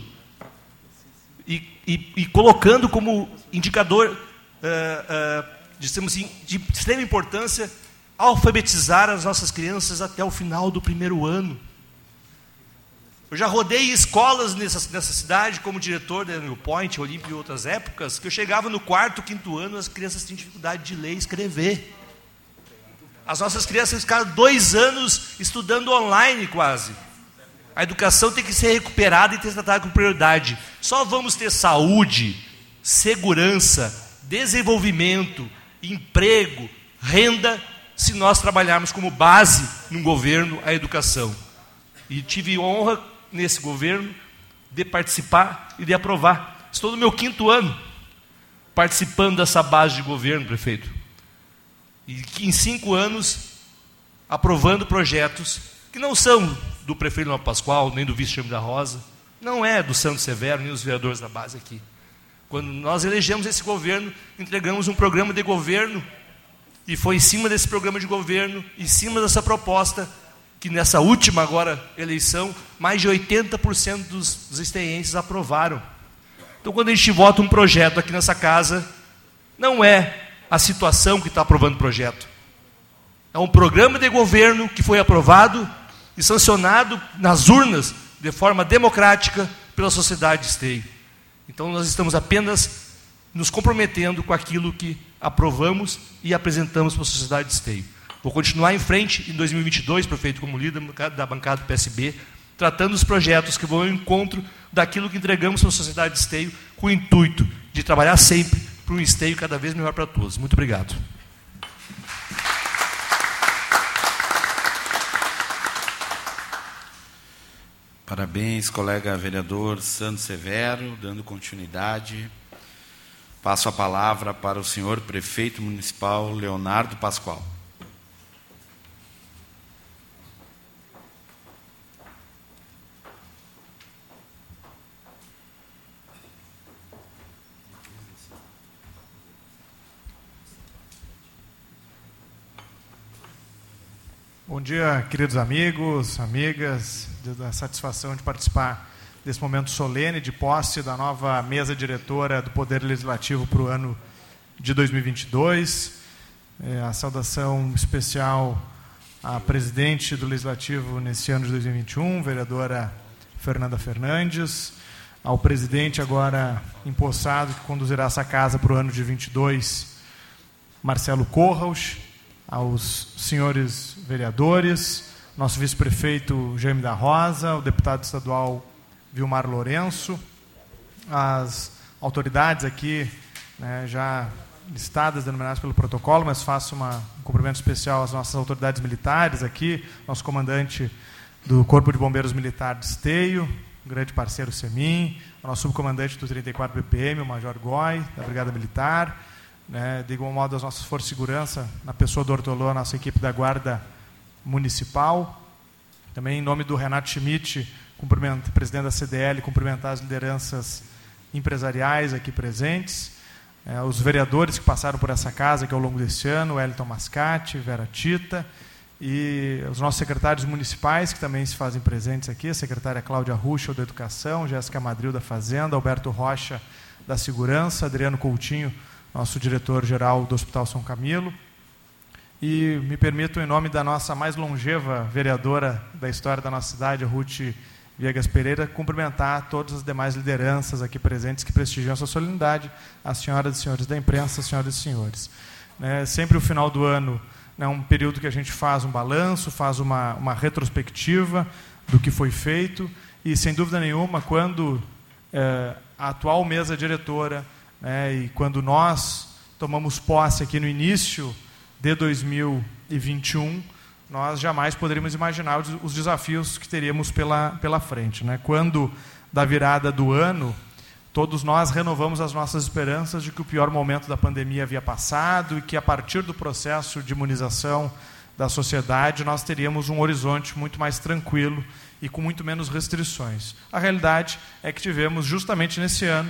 e colocando como indicador, assim, de extrema importância, alfabetizar as nossas crianças até o final do primeiro ano. Eu já rodei escolas nessa cidade como diretor da New Point, Olímpia e outras épocas, que eu chegava no 4º, 5º ano, as crianças tinham dificuldade de ler e escrever. As nossas crianças ficaram 2 anos estudando online quase. A educação tem que ser recuperada e ter tratada com prioridade. Só vamos ter saúde, segurança, desenvolvimento, emprego, renda, se nós trabalharmos como base no governo a educação. E tive honra nesse governo de participar e de aprovar. Estou no meu 5º ano participando dessa base de governo, prefeito. E que em 5 anos aprovando projetos que não são do prefeito Leonardo Pascoal, nem do vice-chefe da Rosa, não é do Santos Severo, nem dos vereadores da base aqui. Quando nós elegemos esse governo, entregamos um programa de governo, e foi em cima desse programa de governo, em cima dessa proposta, que nessa última agora eleição, mais de 80% dos esteienses aprovaram. Então, quando a gente vota um projeto aqui nessa casa, não é a situação que está aprovando o projeto. É um programa de governo que foi aprovado e sancionado nas urnas de forma democrática pela sociedade de Esteio. Então, nós estamos apenas nos comprometendo com aquilo que aprovamos e apresentamos para a sociedade de Esteio. Vou continuar em frente em 2022, prefeito, como líder da bancada do PSB, tratando os projetos que vão ao encontro daquilo que entregamos para a sociedade de Esteio, com o intuito de trabalhar sempre para um Esteio cada vez melhor para todos. Muito obrigado. Parabéns, colega vereador Santos Severo, dando continuidade. Passo a palavra para o senhor prefeito municipal Leonardo Pascoal. Bom dia, queridos amigos, amigas, da satisfação de participar desse momento solene de posse da nova mesa diretora do Poder Legislativo para o ano de 2022. A saudação especial à presidente do Legislativo nesse ano de 2021, vereadora Fernanda Fernandes, ao presidente agora empossado que conduzirá essa casa para o ano de 22, Marcelo Corros, aos senhores vereadores, nosso vice-prefeito Jaime da Rosa, o deputado estadual Vilmar Lourenço, as autoridades aqui, né, já listadas, denominadas pelo protocolo, mas faço um cumprimento especial às nossas autoridades militares aqui, nosso comandante do Corpo de Bombeiros Militar de Esteio, um grande parceiro Semin, o nosso subcomandante do 34 BPM, o Major Goy, da Brigada Militar, né, de igual modo as nossas forças de segurança, na pessoa do Ortolô, a nossa equipe da Guarda Municipal. Também em nome do Renato Schmidt, cumprimento, presidente da CDL, cumprimentar as lideranças empresariais aqui presentes, os vereadores que passaram por essa casa aqui ao longo deste ano, Wellington Mascati, Vera Tita, e os nossos secretários municipais que também se fazem presentes aqui, a secretária Cláudia Ruschel da Educação, Jéssica Madril da Fazenda, Alberto Rocha da Segurança, Adriano Coutinho, nosso diretor-geral do Hospital São Camilo. E me permito, em nome da nossa mais longeva vereadora da história da nossa cidade, Ruth Viegas Pereira, cumprimentar todas as demais lideranças aqui presentes que prestigiam essa solenidade, as senhoras e senhores da imprensa, as senhoras e senhores. Sempre o final do ano é um período que a gente faz um balanço, faz uma retrospectiva do que foi feito, e, sem dúvida nenhuma, quando a atual mesa diretora, e quando nós tomamos posse aqui no início de 2021, nós jamais poderíamos imaginar os desafios que teríamos pela frente. Quando, da virada do ano, todos nós renovamos as nossas esperanças de que o pior momento da pandemia havia passado e que, a partir do processo de imunização da sociedade, nós teríamos um horizonte muito mais tranquilo e com muito menos restrições. A realidade é que tivemos, justamente nesse ano,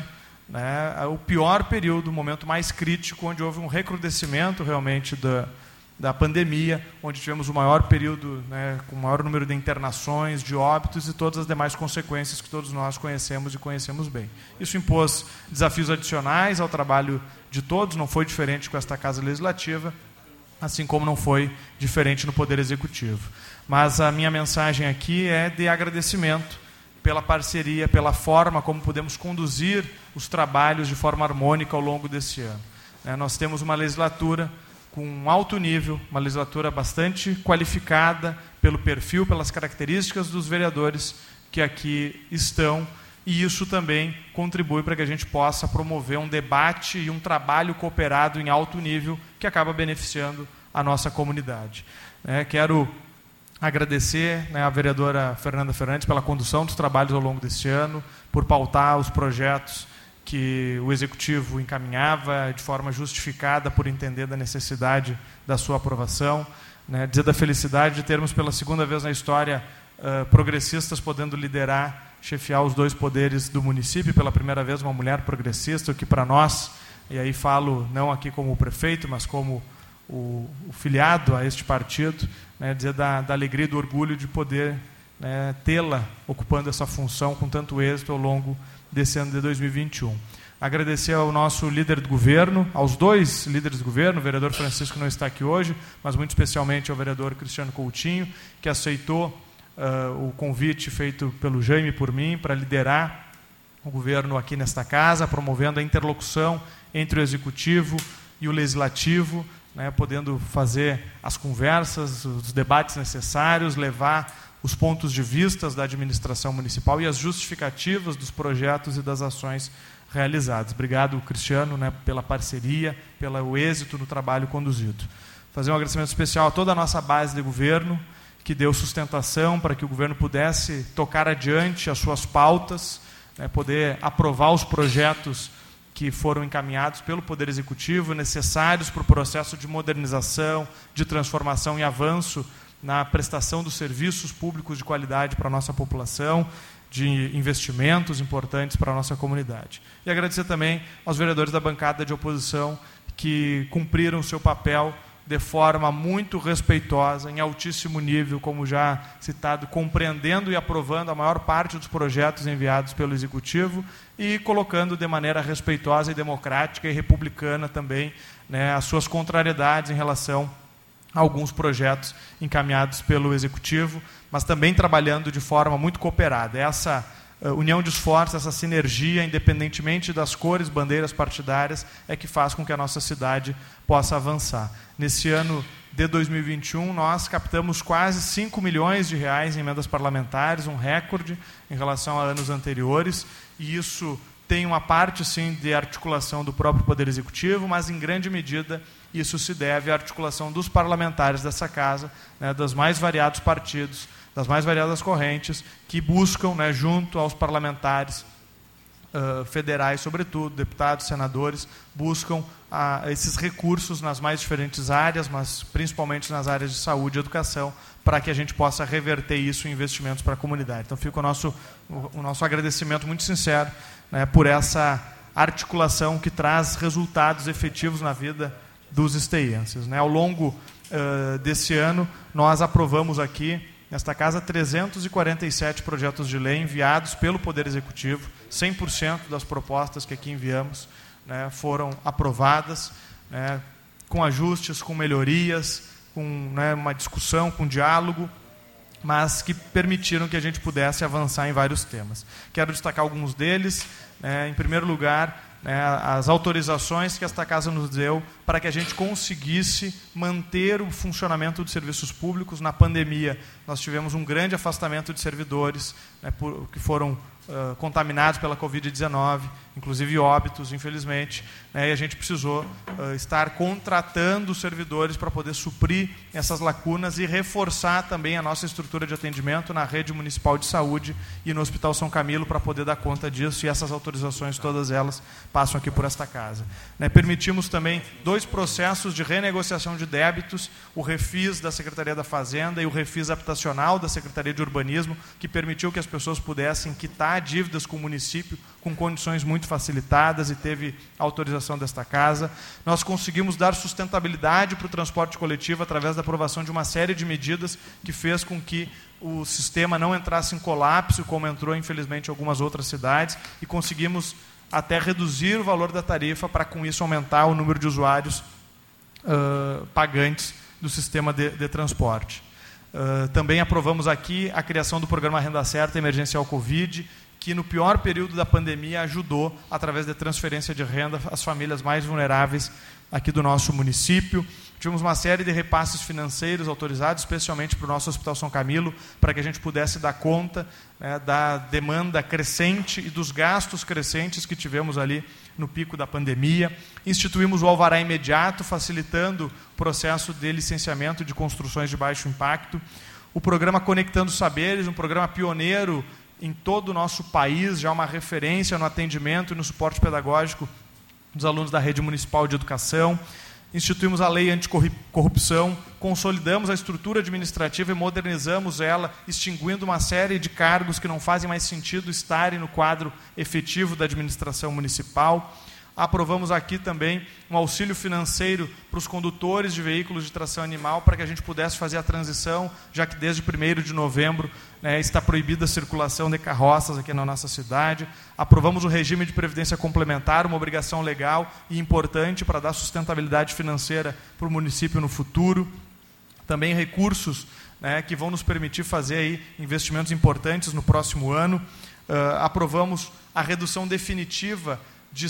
o pior período, o momento mais crítico, onde houve um recrudescimento realmente da pandemia, onde tivemos o maior período, com o maior número de internações, de óbitos e todas as demais consequências que todos nós conhecemos e conhecemos bem. Isso impôs desafios adicionais ao trabalho de todos, não foi diferente com esta Casa Legislativa, assim como não foi diferente no Poder Executivo. Mas a minha mensagem aqui é de agradecimento pela parceria, pela forma como podemos conduzir os trabalhos de forma harmônica ao longo desse ano. Nós temos uma legislatura com um alto nível, uma legislatura bastante qualificada pelo perfil, pelas características dos vereadores que aqui estão, e isso também contribui para que a gente possa promover um debate e um trabalho cooperado em alto nível que acaba beneficiando a nossa comunidade. Quero agradecer a vereadora Fernanda Fernandes pela condução dos trabalhos ao longo deste ano, por pautar os projetos que o Executivo encaminhava de forma justificada, por entender da necessidade da sua aprovação. Dizer da felicidade de termos pela segunda vez na história progressistas podendo liderar, chefiar os dois poderes do município, pela primeira vez uma mulher progressista, o que para nós, e aí falo não aqui como o prefeito, mas como o filiado a este partido, dizer da alegria e do orgulho de poder tê-la ocupando essa função com tanto êxito ao longo desse ano de 2021. Agradecer ao nosso líder do governo, aos dois líderes do governo, o vereador Francisco que não está aqui hoje, mas muito especialmente ao vereador Cristiano Coutinho, que aceitou o convite feito pelo Jaime e por mim para liderar o governo aqui nesta casa, promovendo a interlocução entre o Executivo e o Legislativo, podendo fazer as conversas, os debates necessários, levar os pontos de vista da administração municipal e as justificativas dos projetos e das ações realizadas. Obrigado, Cristiano, pela parceria, pelo êxito no trabalho conduzido. Fazer um agradecimento especial a toda a nossa base de governo, que deu sustentação para que o governo pudesse tocar adiante as suas pautas, poder aprovar os projetos que foram encaminhados pelo Poder Executivo, necessários para o processo de modernização, de transformação e avanço na prestação dos serviços públicos de qualidade para a nossa população, de investimentos importantes para a nossa comunidade. E agradecer também aos vereadores da bancada de oposição que cumpriram o seu papel de forma muito respeitosa, em altíssimo nível, como já citado, compreendendo e aprovando a maior parte dos projetos enviados pelo Executivo e colocando de maneira respeitosa e democrática e republicana também, né, as suas contrariedades em relação a alguns projetos encaminhados pelo Executivo, mas também trabalhando de forma muito cooperada. Essa união de esforços, essa sinergia, independentemente das cores, bandeiras partidárias, é que faz com que a nossa cidade possa avançar. Nesse ano de 2021, nós captamos quase 5 milhões de reais em emendas parlamentares, um recorde em relação a anos anteriores, e isso tem uma parte, sim, de articulação do próprio Poder Executivo, mas, em grande medida, isso se deve à articulação dos parlamentares dessa casa, né, dos mais variados partidos, das mais variadas correntes, que buscam, né, junto aos parlamentares federais, sobretudo, deputados, senadores, buscam esses recursos nas mais diferentes áreas, mas principalmente nas áreas de saúde e educação, para que a gente possa reverter isso em investimentos para a comunidade. Então, fica o nosso agradecimento muito sincero, né, por essa articulação que traz resultados efetivos na vida dos esteienses, né. Ao longo desse ano, nós aprovamos aqui, nesta casa, 347 projetos de lei enviados pelo Poder Executivo. 100% das propostas que aqui enviamos, né, foram aprovadas, né, com ajustes, com melhorias, com, né, uma discussão, com diálogo, mas que permitiram que a gente pudesse avançar em vários temas. Quero destacar alguns deles. Em primeiro lugar, as autorizações que esta casa nos deu para que a gente conseguisse manter o funcionamento dos serviços públicos. Na pandemia, nós tivemos um grande afastamento de servidores, né, que foram contaminados pela Covid-19, inclusive óbitos, infelizmente, né, e a gente precisou estar contratando servidores para poder suprir essas lacunas e reforçar também a nossa estrutura de atendimento na rede municipal de saúde e no Hospital São Camilo para poder dar conta disso, e essas autorizações, todas elas, passam aqui por esta casa. Né, permitimos também 2 processos de renegociação de débitos, o refis da Secretaria da Fazenda e o refis habitacional da Secretaria de Urbanismo, que permitiu que as pessoas pudessem quitar dívidas com o município com condições muito facilitadas, e teve autorização desta casa. Nós conseguimos dar sustentabilidade para o transporte coletivo através da aprovação de uma série de medidas que fez com que o sistema não entrasse em colapso, como entrou, infelizmente, em algumas outras cidades, e conseguimos até reduzir o valor da tarifa para, com isso, aumentar o número de usuários pagantes do sistema de transporte. Também aprovamos aqui a criação do programa Renda Certa Emergencial Covid, que no pior período da pandemia ajudou, através de transferência de renda, as famílias mais vulneráveis aqui do nosso município. Tivemos uma série de repasses financeiros autorizados, especialmente para o nosso Hospital São Camilo, para que a gente pudesse dar conta, né, da demanda crescente e dos gastos crescentes que tivemos ali no pico da pandemia. Instituímos o alvará imediato, facilitando o processo de licenciamento de construções de baixo impacto. O programa Conectando Saberes, um programa pioneiro em todo o nosso país, já uma referência no atendimento e no suporte pedagógico dos alunos da rede municipal de educação. Instituímos a lei anticorrupção, consolidamos a estrutura administrativa e modernizamos ela, extinguindo uma série de cargos que não fazem mais sentido estarem no quadro efetivo da administração municipal. Aprovamos aqui também um auxílio financeiro para os condutores de veículos de tração animal, para que a gente pudesse fazer a transição, já que desde 1º de novembro, né, está proibida a circulação de carroças aqui na nossa cidade. Aprovamos o regime de previdência complementar, uma obrigação legal e importante para dar sustentabilidade financeira para o município no futuro. Também recursos, né, que vão nos permitir fazer aí investimentos importantes no próximo ano. Aprovamos a redução definitiva de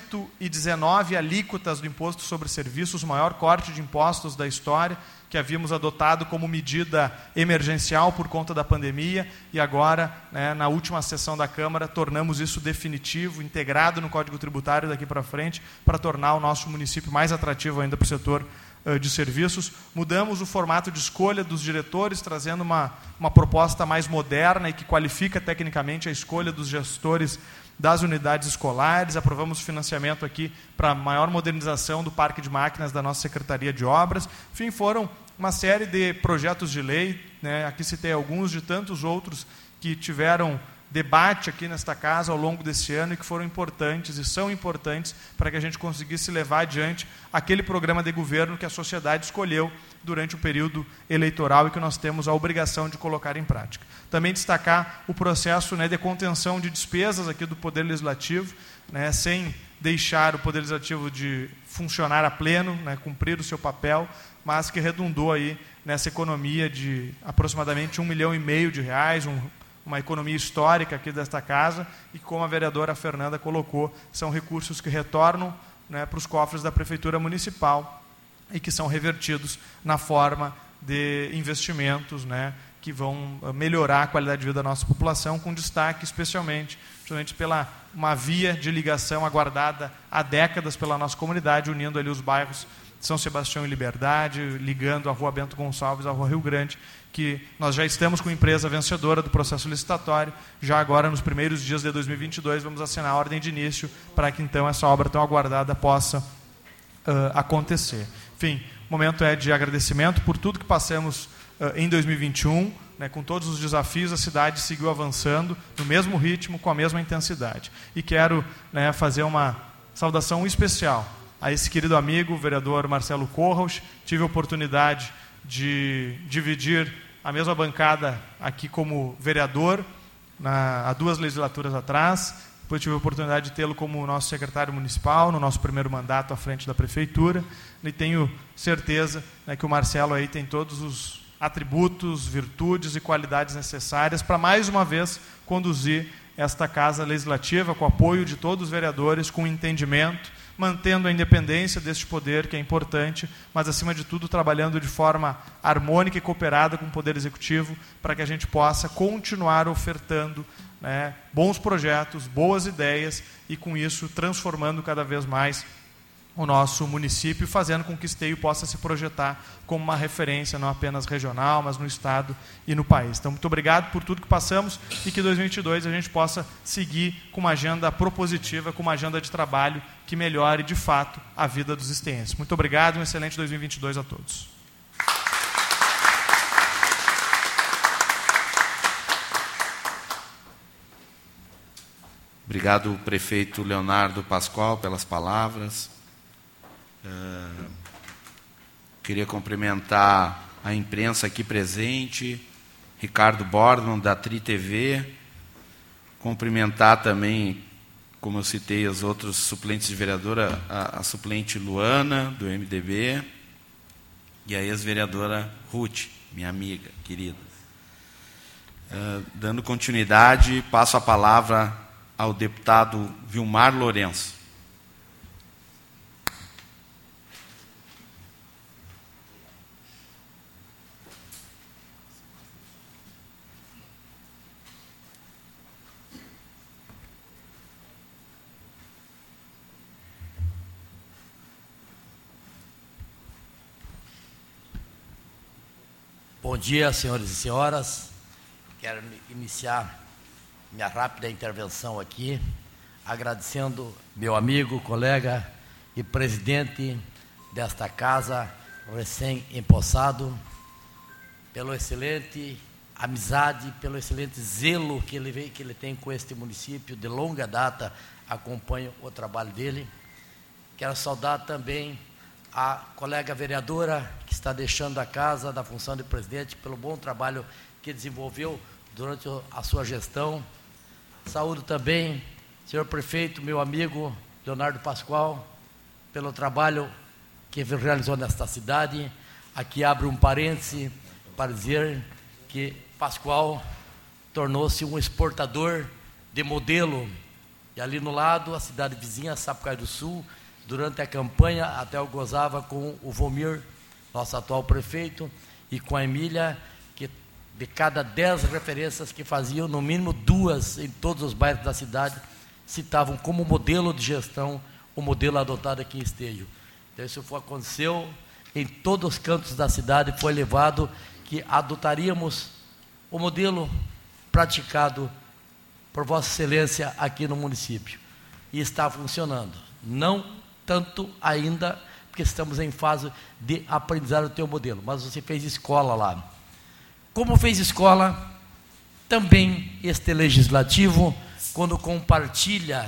119 alíquotas do Imposto sobre Serviços, o maior corte de impostos da história, que havíamos adotado como medida emergencial por conta da pandemia, e agora, né, na última sessão da Câmara, tornamos isso definitivo, integrado no Código Tributário daqui para frente, para tornar o nosso município mais atrativo ainda para o setor de serviços. Mudamos o formato de escolha dos diretores, trazendo uma proposta mais moderna e que qualifica tecnicamente a escolha dos gestores das unidades escolares. Aprovamos financiamento aqui para a maior modernização do parque de máquinas da nossa Secretaria de Obras. Enfim, foram uma série de projetos de lei, né? Aqui citei alguns de tantos outros que tiveram debate aqui nesta casa ao longo desse ano e que foram importantes e são importantes para que a gente conseguisse levar adiante aquele programa de governo que a sociedade escolheu durante o período eleitoral e que nós temos a obrigação de colocar em prática. Também destacar o processo, né, de contenção de despesas aqui do Poder Legislativo, né, sem deixar o Poder Legislativo de funcionar a pleno, né, cumprir o seu papel, mas que redundou aí nessa economia de aproximadamente R$1,5 milhão, uma economia histórica aqui desta casa, e como a vereadora Fernanda colocou, são recursos que retornam, né, para os cofres da Prefeitura Municipal e que são revertidos na forma de investimentos, né, que vão melhorar a qualidade de vida da nossa população, com destaque especialmente pela uma via de ligação aguardada há décadas pela nossa comunidade, unindo ali os bairros São Sebastião e Liberdade, ligando a Rua Bento Gonçalves à Rua Rio Grande, que nós já estamos com a empresa vencedora do processo licitatório. Já agora, nos primeiros dias de 2022, vamos assinar a ordem de início para que, então, essa obra tão aguardada possa acontecer. Enfim, o momento é de agradecimento por tudo que passamos em 2021, né, com todos os desafios, a cidade seguiu avançando no mesmo ritmo, com a mesma intensidade. E quero, né, fazer uma saudação especial a esse querido amigo, o vereador Marcelo Corros. Tive a oportunidade de dividir a mesma bancada aqui como vereador há 2 legislaturas atrás. Depois tive a oportunidade de tê-lo como nosso secretário municipal, no nosso primeiro mandato à frente da Prefeitura. E tenho certeza, né, que o Marcelo aí tem todos os atributos, virtudes e qualidades necessárias para, mais uma vez, conduzir esta Casa Legislativa com apoio de todos os vereadores, com entendimento, mantendo a independência deste poder, que é importante, mas, acima de tudo, trabalhando de forma harmônica e cooperada com o Poder Executivo, para que a gente possa continuar ofertando, né, bons projetos, boas ideias, e, com isso, transformando cada vez mais o nosso município, fazendo com que Esteio possa se projetar como uma referência, não apenas regional, mas no Estado e no país. Então, muito obrigado por tudo que passamos, e que em 2022 a gente possa seguir com uma agenda propositiva, com uma agenda de trabalho que melhore, de fato, a vida dos esteenses. Muito obrigado e um excelente 2022 a todos. Obrigado, prefeito Leonardo Pascoal, pelas palavras. Queria cumprimentar a imprensa aqui presente, Ricardo Bordman, da Tri TV, cumprimentar também, como eu citei, os outros suplentes de vereadora, a suplente Luana, do MDB, e a ex-vereadora Ruth, minha amiga, querida. Dando continuidade, passo a palavra ao deputado Vilmar Lourenço. Bom dia, senhores e senhoras. Quero iniciar minha rápida intervenção aqui, agradecendo meu amigo, colega e presidente desta casa, recém-empossado, pela excelente amizade, pelo excelente zelo que ele tem com este município, de longa data acompanho o trabalho dele. Quero saudar também a colega vereadora que está deixando a casa da função de presidente, pelo bom trabalho que desenvolveu durante a sua gestão. Saúdo também senhor prefeito, meu amigo Leonardo Pascoal, pelo trabalho que realizou nesta cidade. Aqui abre um parêntese para dizer que Pascoal tornou-se um exportador de modelo. E ali no lado, a cidade vizinha, Sapucaí do Sul, durante a campanha, até eu gozava com o Vomir, nosso atual prefeito, e com a Emília, que de cada 10 referências que faziam, no mínimo 2 em todos os bairros da cidade, citavam como modelo de gestão o modelo adotado aqui em Esteio. Então, isso aconteceu em todos os cantos da cidade, foi levado que adotaríamos o modelo praticado por Vossa Excelência aqui no município. E está funcionando. Não tanto ainda, porque estamos em fase de aprendizar o teu modelo, mas você fez escola lá. Como fez escola, também este legislativo, quando compartilha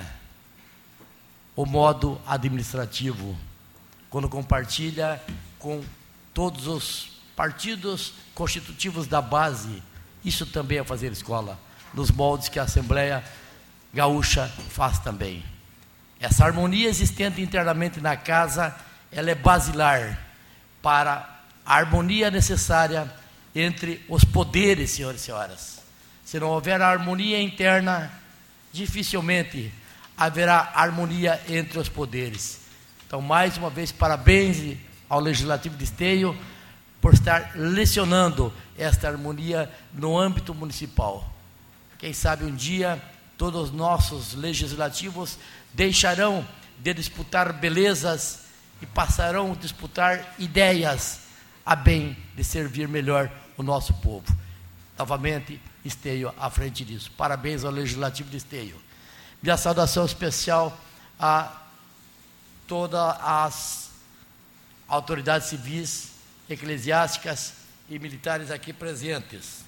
o modo administrativo, quando compartilha com todos os partidos constitutivos da base, isso também é fazer escola, nos moldes que a Assembleia Gaúcha faz também. Essa harmonia existente internamente na casa, ela é basilar para a harmonia necessária entre os poderes, senhores e senhoras. Se não houver harmonia interna, dificilmente haverá harmonia entre os poderes. Então, mais uma vez, parabéns ao Legislativo de Esteio por estar lecionando esta harmonia no âmbito municipal. Quem sabe um dia todos os nossos legislativos deixarão de disputar belezas e passarão a disputar ideias a bem de servir melhor o nosso povo. Novamente, Esteio à frente disso. Parabéns ao Legislativo de Esteio. Minha saudação especial a todas as autoridades civis, eclesiásticas e militares aqui presentes.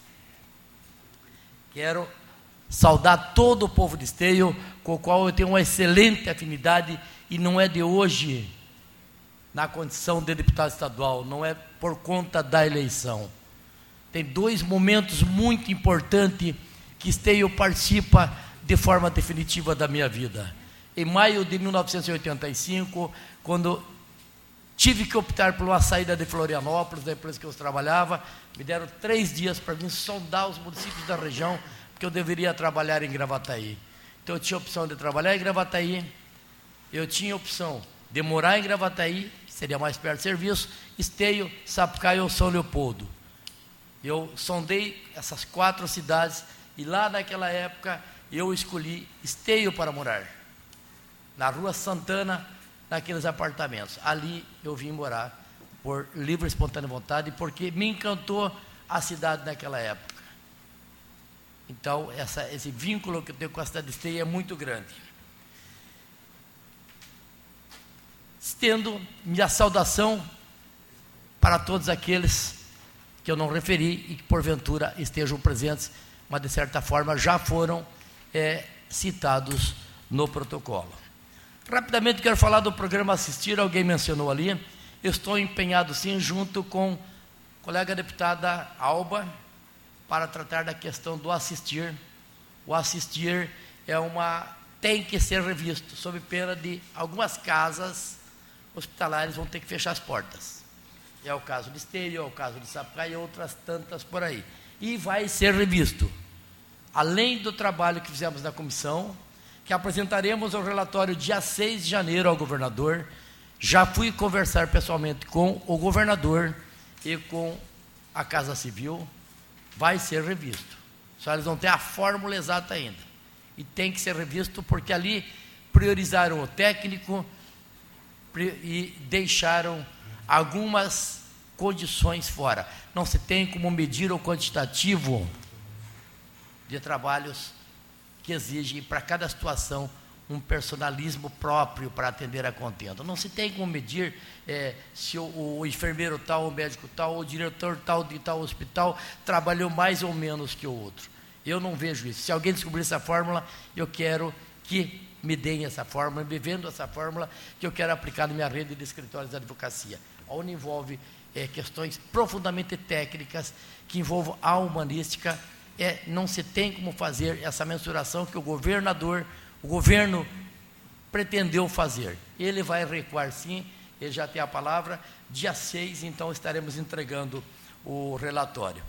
Quero saudar todo o povo de Esteio, com o qual eu tenho uma excelente afinidade, e não é de hoje, na condição de deputado estadual, não é por conta da eleição. Tem dois momentos muito importantes que Esteio participa de forma definitiva da minha vida. Em maio de 1985, quando tive que optar por uma saída de Florianópolis, da empresa que eu trabalhava, me deram 3 dias para vir sondar os municípios da região, porque eu deveria trabalhar em Gravataí. Então eu tinha a opção de trabalhar em Gravataí, eu tinha a opção de morar em Gravataí, que seria mais perto do serviço, Esteio, Sapucaí ou São Leopoldo. Eu sondei essas 4 cidades e lá naquela época eu escolhi Esteio para morar, na Rua Santana, naqueles apartamentos. Ali eu vim morar por livre e espontânea vontade, porque me encantou a cidade naquela época. Então, esse vínculo que eu tenho com a cidade de Esteio é muito grande. Estendo minha saudação para todos aqueles que eu não referi e que porventura estejam presentes, mas de certa forma já foram citados no protocolo. Rapidamente quero falar do programa Assistir, alguém mencionou ali. Eu estou empenhado sim, junto com a colega deputada Alba, para tratar da questão do assistir. O assistir tem que ser revisto, sob pena de algumas casas hospitalares vão ter que fechar as portas. É o caso de Esteio, é o caso de Sapucaí e outras tantas por aí. E vai ser revisto. Além do trabalho que fizemos na comissão, que apresentaremos o relatório dia 6 de janeiro ao governador. Já fui conversar pessoalmente com o governador e com a Casa Civil. Vai ser revisto. Só eles não têm a fórmula exata ainda. E tem que ser revisto porque ali priorizaram o técnico e deixaram algumas condições fora. Não se tem como medir o quantitativo de trabalhos que exigem para cada situação um personalismo próprio para atender a contento. Não se tem como medir se o enfermeiro tal, o médico tal, o diretor tal de tal hospital trabalhou mais ou menos que o outro. Eu não vejo isso. Se alguém descobrir essa fórmula, eu quero que me deem essa fórmula, me vendo essa fórmula, que eu quero aplicar na minha rede de escritórios de advocacia, onde envolve questões profundamente técnicas, que envolvam a humanística. Não se tem como fazer essa mensuração que o governo pretendeu fazer. Ele vai recuar sim, ele já tem a palavra. Dia 6, então, estaremos entregando o relatório.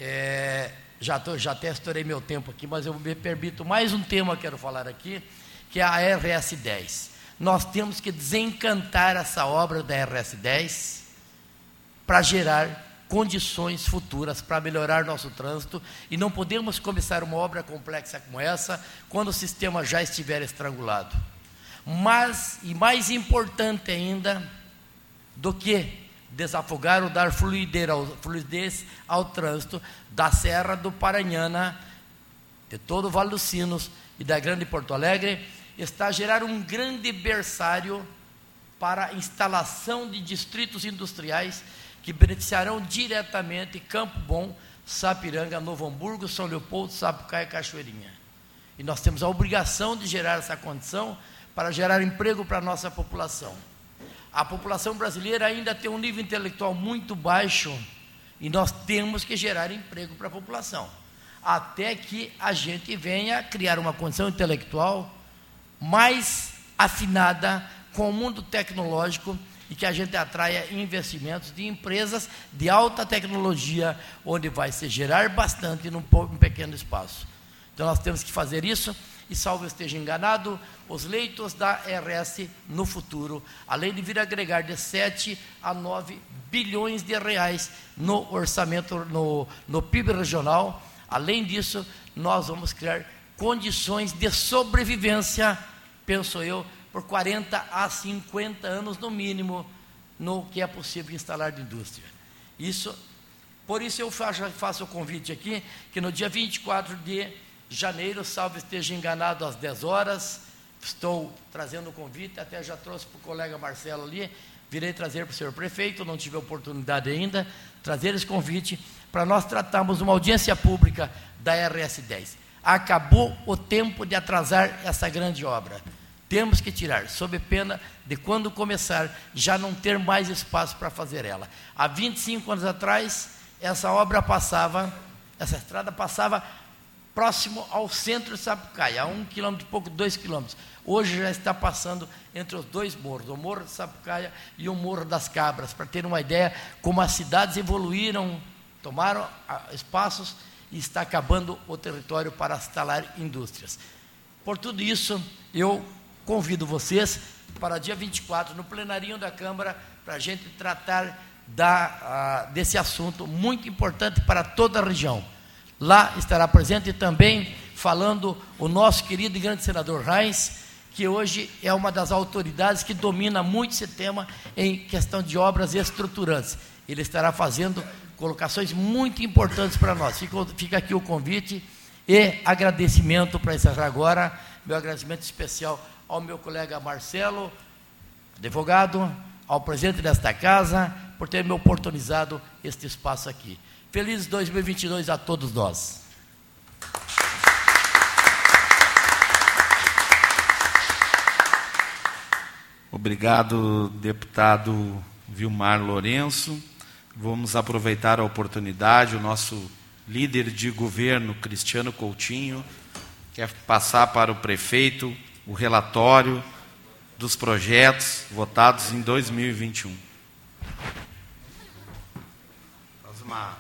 Já até estourei meu tempo aqui, mas eu me permito mais um tema que quero falar aqui, que é a RS 10. Nós temos que desencantar essa obra da RS 10 para gerar condições futuras para melhorar nosso trânsito, e não podemos começar uma obra complexa como essa quando o sistema já estiver estrangulado. Mas, e mais importante ainda do que desafogar ou dar fluidez ao trânsito da Serra do Paranhana, de todo o Vale dos Sinos e da Grande Porto Alegre, está a gerar um grande berçário para a instalação de distritos industriais que beneficiarão diretamente Campo Bom, Sapiranga, Novo Hamburgo, São Leopoldo, Sapucaia e Cachoeirinha. E nós temos a obrigação de gerar essa condição para gerar emprego para a nossa população. A população brasileira ainda tem um nível intelectual muito baixo e nós temos que gerar emprego para a população, até que a gente venha criar uma condição intelectual mais afinada com o mundo tecnológico e que a gente atraia investimentos de empresas de alta tecnologia, onde vai se gerar bastante num pequeno espaço. Então nós temos que fazer isso, e salvo eu esteja enganado, os leitos da RS no futuro, além de vir agregar de 7 a 9 bilhões de reais no orçamento, no PIB regional, além disso, nós vamos criar condições de sobrevivência, penso eu, por 40 a 50 anos no mínimo, no que é possível instalar de indústria. Por isso eu faço o convite aqui, que no dia 24 de janeiro, salvo esteja enganado, às 10 horas, estou trazendo o convite, até já trouxe para o colega Marcelo ali, virei trazer para o senhor prefeito, não tive a oportunidade ainda, trazer esse convite para nós tratarmos uma audiência pública da RS10. Acabou o tempo de atrasar essa grande obra. Temos que tirar, sob pena de quando começar, já não ter mais espaço para fazer ela. Há 25 anos atrás, essa estrada passava próximo ao centro de Sapucaia, a 1 km e pouco, 2 km. Hoje já está passando entre os dois morros, o Morro de Sapucaia e o Morro das Cabras, para ter uma ideia como as cidades evoluíram, tomaram espaços e está acabando o território para instalar indústrias. Por tudo isso, eu convido vocês para dia 24, no plenarinho da Câmara, para a gente tratar desse assunto muito importante para toda a região. Lá estará presente também, falando, o nosso querido e grande senador Reis, que hoje é uma das autoridades que domina muito esse tema em questão de obras estruturantes. Ele estará fazendo colocações muito importantes para nós. Fica aqui o convite e agradecimento para encerrar agora, meu agradecimento especial ao meu colega Marcelo, advogado, ao presidente desta casa, por ter me oportunizado este espaço aqui. Feliz 2022 a todos nós. Obrigado, deputado Vilmar Lourenço. Vamos aproveitar a oportunidade, o nosso líder de governo, Cristiano Coutinho, quer passar para o prefeito o relatório dos projetos votados em 2021. Faz uma...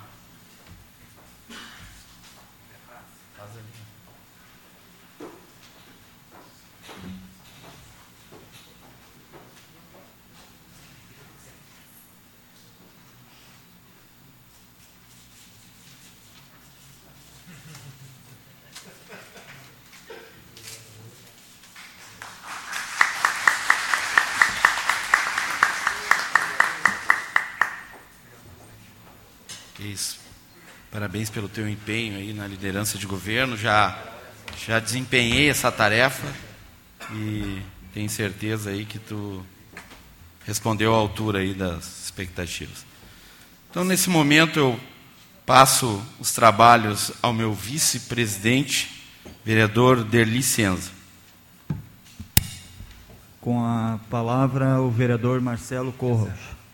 Isso. Parabéns pelo teu empenho aí na liderança de governo. Já desempenhei essa tarefa e tenho certeza aí que tu respondeu à altura aí das expectativas. Então, nesse momento, eu passo os trabalhos ao meu vice-presidente, vereador Derli Cienza. Com a palavra, o vereador Marcelo Corros.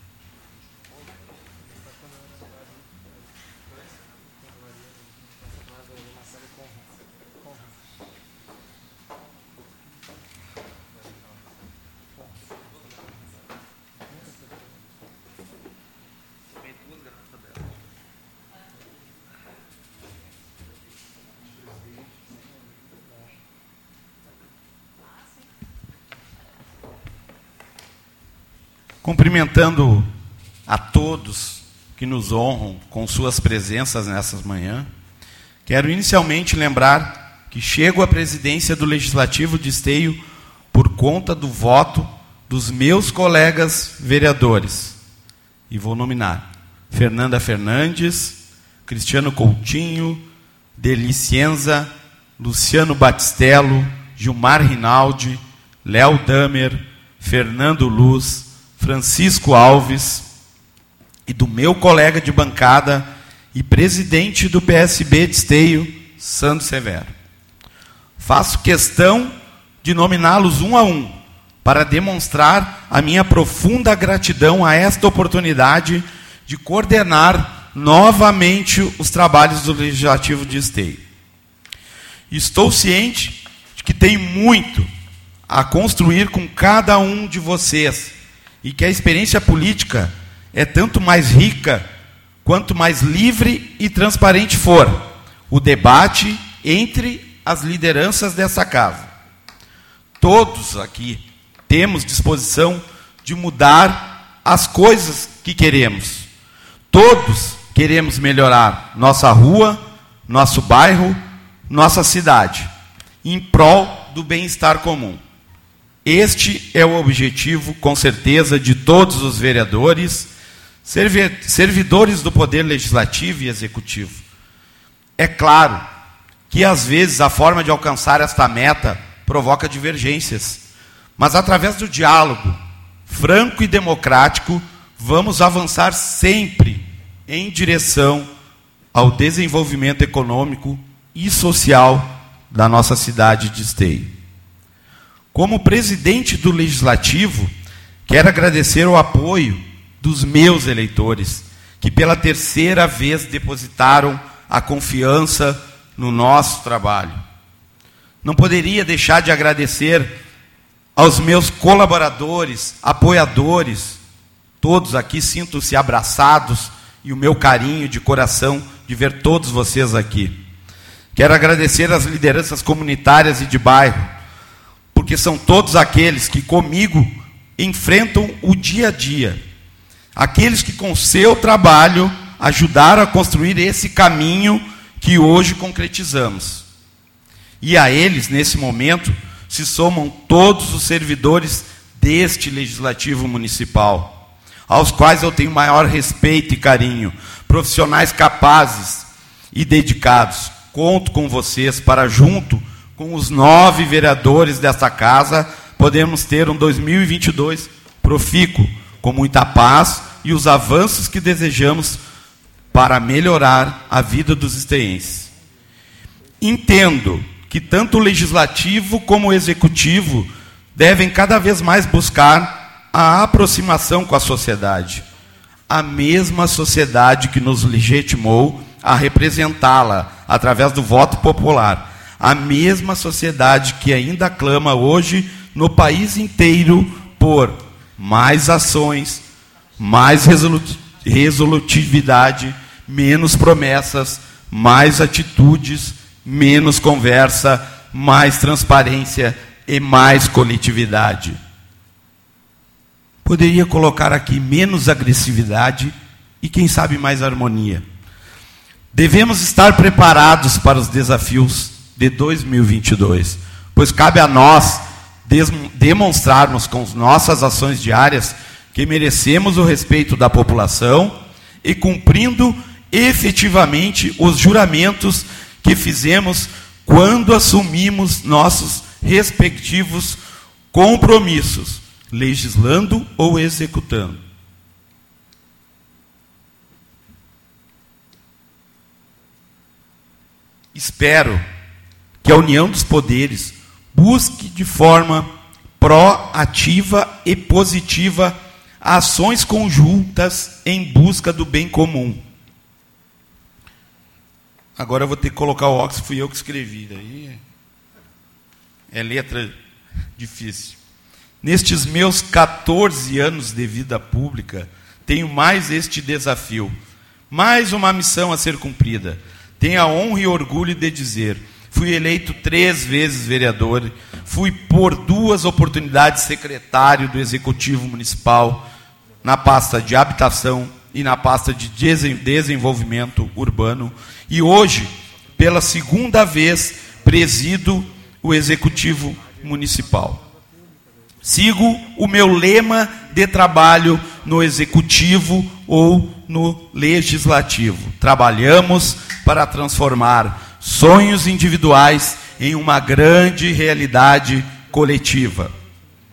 Cumprimentando a todos que nos honram com suas presenças nessas manhãs, quero inicialmente lembrar que chego à presidência do Legislativo de Esteio por conta do voto dos meus colegas vereadores. E vou nominar Fernanda Fernandes, Cristiano Coutinho, Derli Cienza, Luciano Batistello, Gilmar Rinaldi, Léo Damer, Fernando Luz, Francisco Alves e do meu colega de bancada e presidente do PSB de Esteio, Sandro Severo. Faço questão de nominá-los um a um, para demonstrar a minha profunda gratidão a esta oportunidade de coordenar novamente os trabalhos do Legislativo de Esteio. Estou ciente de que tenho muito a construir com cada um de vocês e que a experiência política é tanto mais rica quanto mais livre e transparente for o debate entre as lideranças dessa casa. Todos aqui temos disposição de mudar as coisas que queremos. Todos queremos melhorar nossa rua, nosso bairro, nossa cidade, em prol do bem-estar comum. Este é o objetivo, com certeza, de todos os vereadores, servidores do Poder Legislativo e Executivo. É claro que, às vezes, a forma de alcançar esta meta provoca divergências, mas, através do diálogo franco e democrático, vamos avançar sempre em direção ao desenvolvimento econômico e social da nossa cidade de Esteio. Como presidente do Legislativo, quero agradecer o apoio dos meus eleitores, que pela terceira vez depositaram a confiança no nosso trabalho. Não poderia deixar de agradecer aos meus colaboradores, apoiadores, todos aqui sinto-se abraçados e o meu carinho de coração de ver todos vocês aqui. Quero agradecer às lideranças comunitárias e de bairro, porque são todos aqueles que comigo enfrentam o dia a dia. Aqueles que com seu trabalho ajudaram a construir esse caminho que hoje concretizamos. E a eles, nesse momento, se somam todos os servidores deste Legislativo Municipal, aos quais eu tenho maior respeito e carinho, profissionais capazes e dedicados. Conto com vocês para, junto com os 9 vereadores desta casa, podemos ter um 2022 profícuo, com muita paz e os avanços que desejamos para melhorar a vida dos esteenses. Entendo que tanto o Legislativo como o Executivo devem cada vez mais buscar a aproximação com a sociedade. A mesma sociedade que nos legitimou a representá-la através do voto popular. A mesma sociedade que ainda clama hoje no país inteiro por mais ações, mais resolutividade, menos promessas, mais atitudes, menos conversa, mais transparência e mais coletividade. Poderia colocar aqui menos agressividade e, quem sabe, mais harmonia. Devemos estar preparados para os desafios de 2022, pois cabe a nós demonstrarmos com nossas ações diárias que merecemos o respeito da população e cumprindo efetivamente os juramentos que fizemos quando assumimos nossos respectivos compromissos, legislando ou executando. Espero que a união dos poderes busque de forma proativa e positiva ações conjuntas em busca do bem comum. Agora eu vou ter que colocar o óculos, fui eu que escrevi. Daí é letra difícil. Nestes meus 14 anos de vida pública, tenho mais este desafio, mais uma missão a ser cumprida. Tenho a honra e orgulho de dizer: fui eleito 3 vezes vereador, fui por 2 oportunidades secretário do Executivo Municipal, na pasta de habitação e na pasta de desenvolvimento urbano, e hoje, pela 2ª vez, presido o Executivo Municipal. Sigo o meu lema de trabalho no Executivo ou no Legislativo. Trabalhamos para transformar sonhos individuais em uma grande realidade coletiva.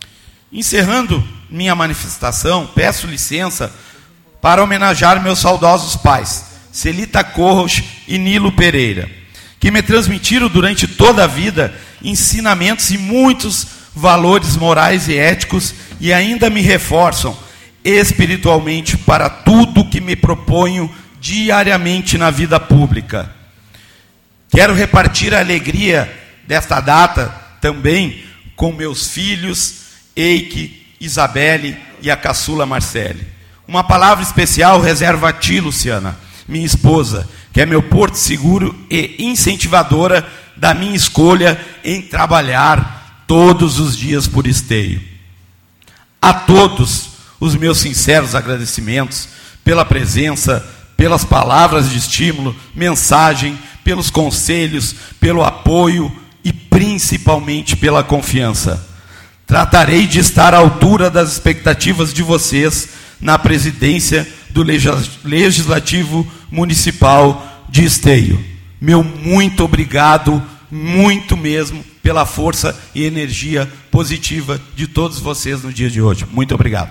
Encerrando minha manifestação, peço licença para homenagear meus saudosos pais, Celita Corros e Nilo Pereira, que me transmitiram durante toda a vida ensinamentos e muitos valores morais e éticos e ainda me reforçam espiritualmente para tudo que me proponho diariamente na vida pública. Quero repartir a alegria desta data também com meus filhos, Eike, Isabelle e a caçula Marcele. Uma palavra especial reservo a ti, Luciana, minha esposa, que é meu porto seguro e incentivadora da minha escolha em trabalhar todos os dias por Esteio. A todos os meus sinceros agradecimentos pela presença, pelas palavras de estímulo, mensagem, pelos conselhos, pelo apoio e principalmente pela confiança. Tratarei de estar à altura das expectativas de vocês na presidência do Legislativo Municipal de Esteio. Meu muito obrigado, muito mesmo, pela força e energia positiva de todos vocês no dia de hoje. Muito obrigado.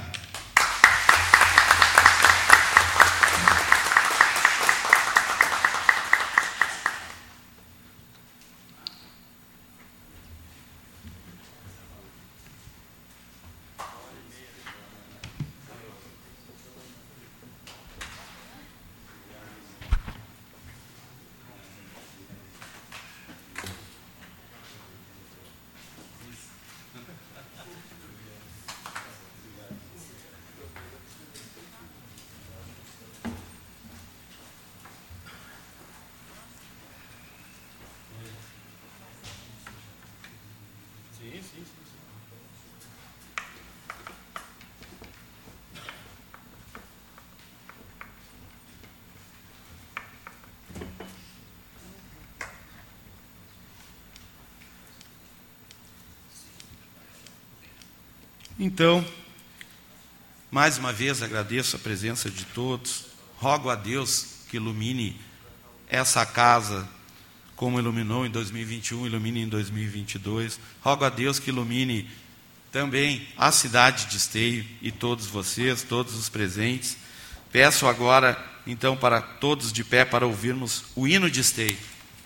Então, mais uma vez agradeço a presença de todos, rogo a Deus que ilumine essa casa como iluminou em 2021, ilumine em 2022, rogo a Deus que ilumine também a cidade de Esteio e todos vocês, todos os presentes. Peço agora, então, para todos de pé para ouvirmos o hino de Esteio.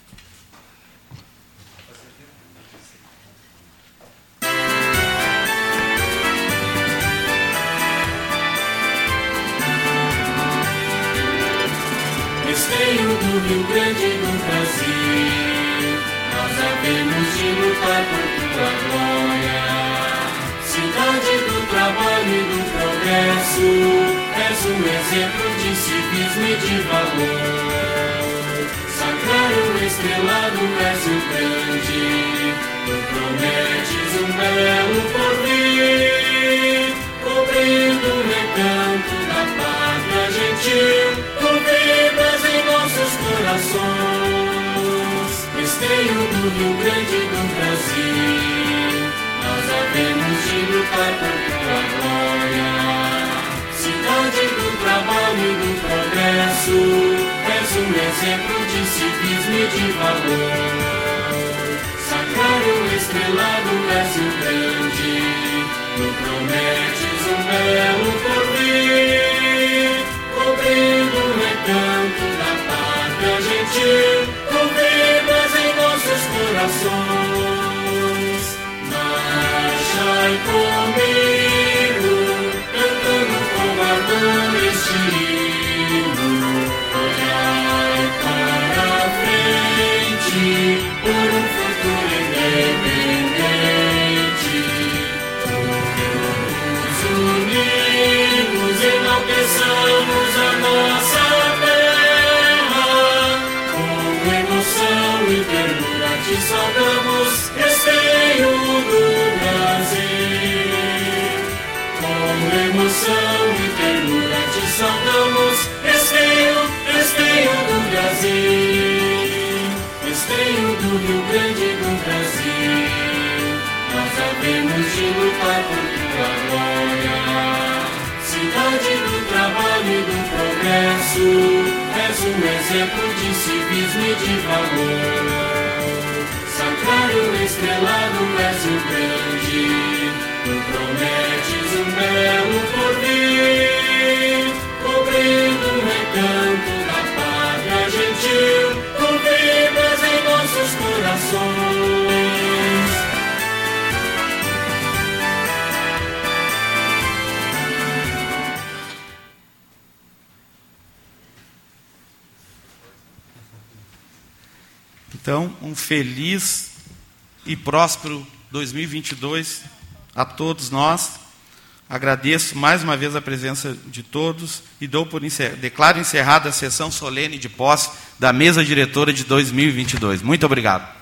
Esteio do Rio Grande do Brasil, nós havemos de lutar por tua glória. Cidade do trabalho e do progresso, és um exemplo de civismo e de valor. Sacrário estrelado és o grande, tu prometes um belo porvir, cobrindo o recanto da pátria gentil, tu vibras em nossos corações. Esteio do Rio Grande do Brasil, nós havemos de lutar por tua glória. Cidade do trabalho e do progresso, és um exemplo de civismo e de valor. Sacrário estrelado és o grande, tu prometes um belo porvir, cobrindo o recanto da pátria gentil, tu vibras em nossos corações. Marchai comigo, cantando com ardor este hino, olhai para a frente, por um futuro independente. Todos unidos enalteçamos a nossa terra, com emoção e ternura te saudamos, Esteio do Brasil. Com emoção e ternura te saudamos, Esteio do Brasil. Esteio do Rio Grande do Brasil, nós havemos de lutar por tua glória. Cidade do trabalho e do progresso, és um exemplo de civismo e de valor. Sacrário estrelado és o grande, tu prometes cobrindo um recanto da pátria gentil, com vibras em nossos corações. Então, um feliz e próspero 2022 a todos nós. Agradeço mais uma vez a presença de todos e declaro encerrada a sessão solene de posse da mesa diretora de 2022. Muito obrigado.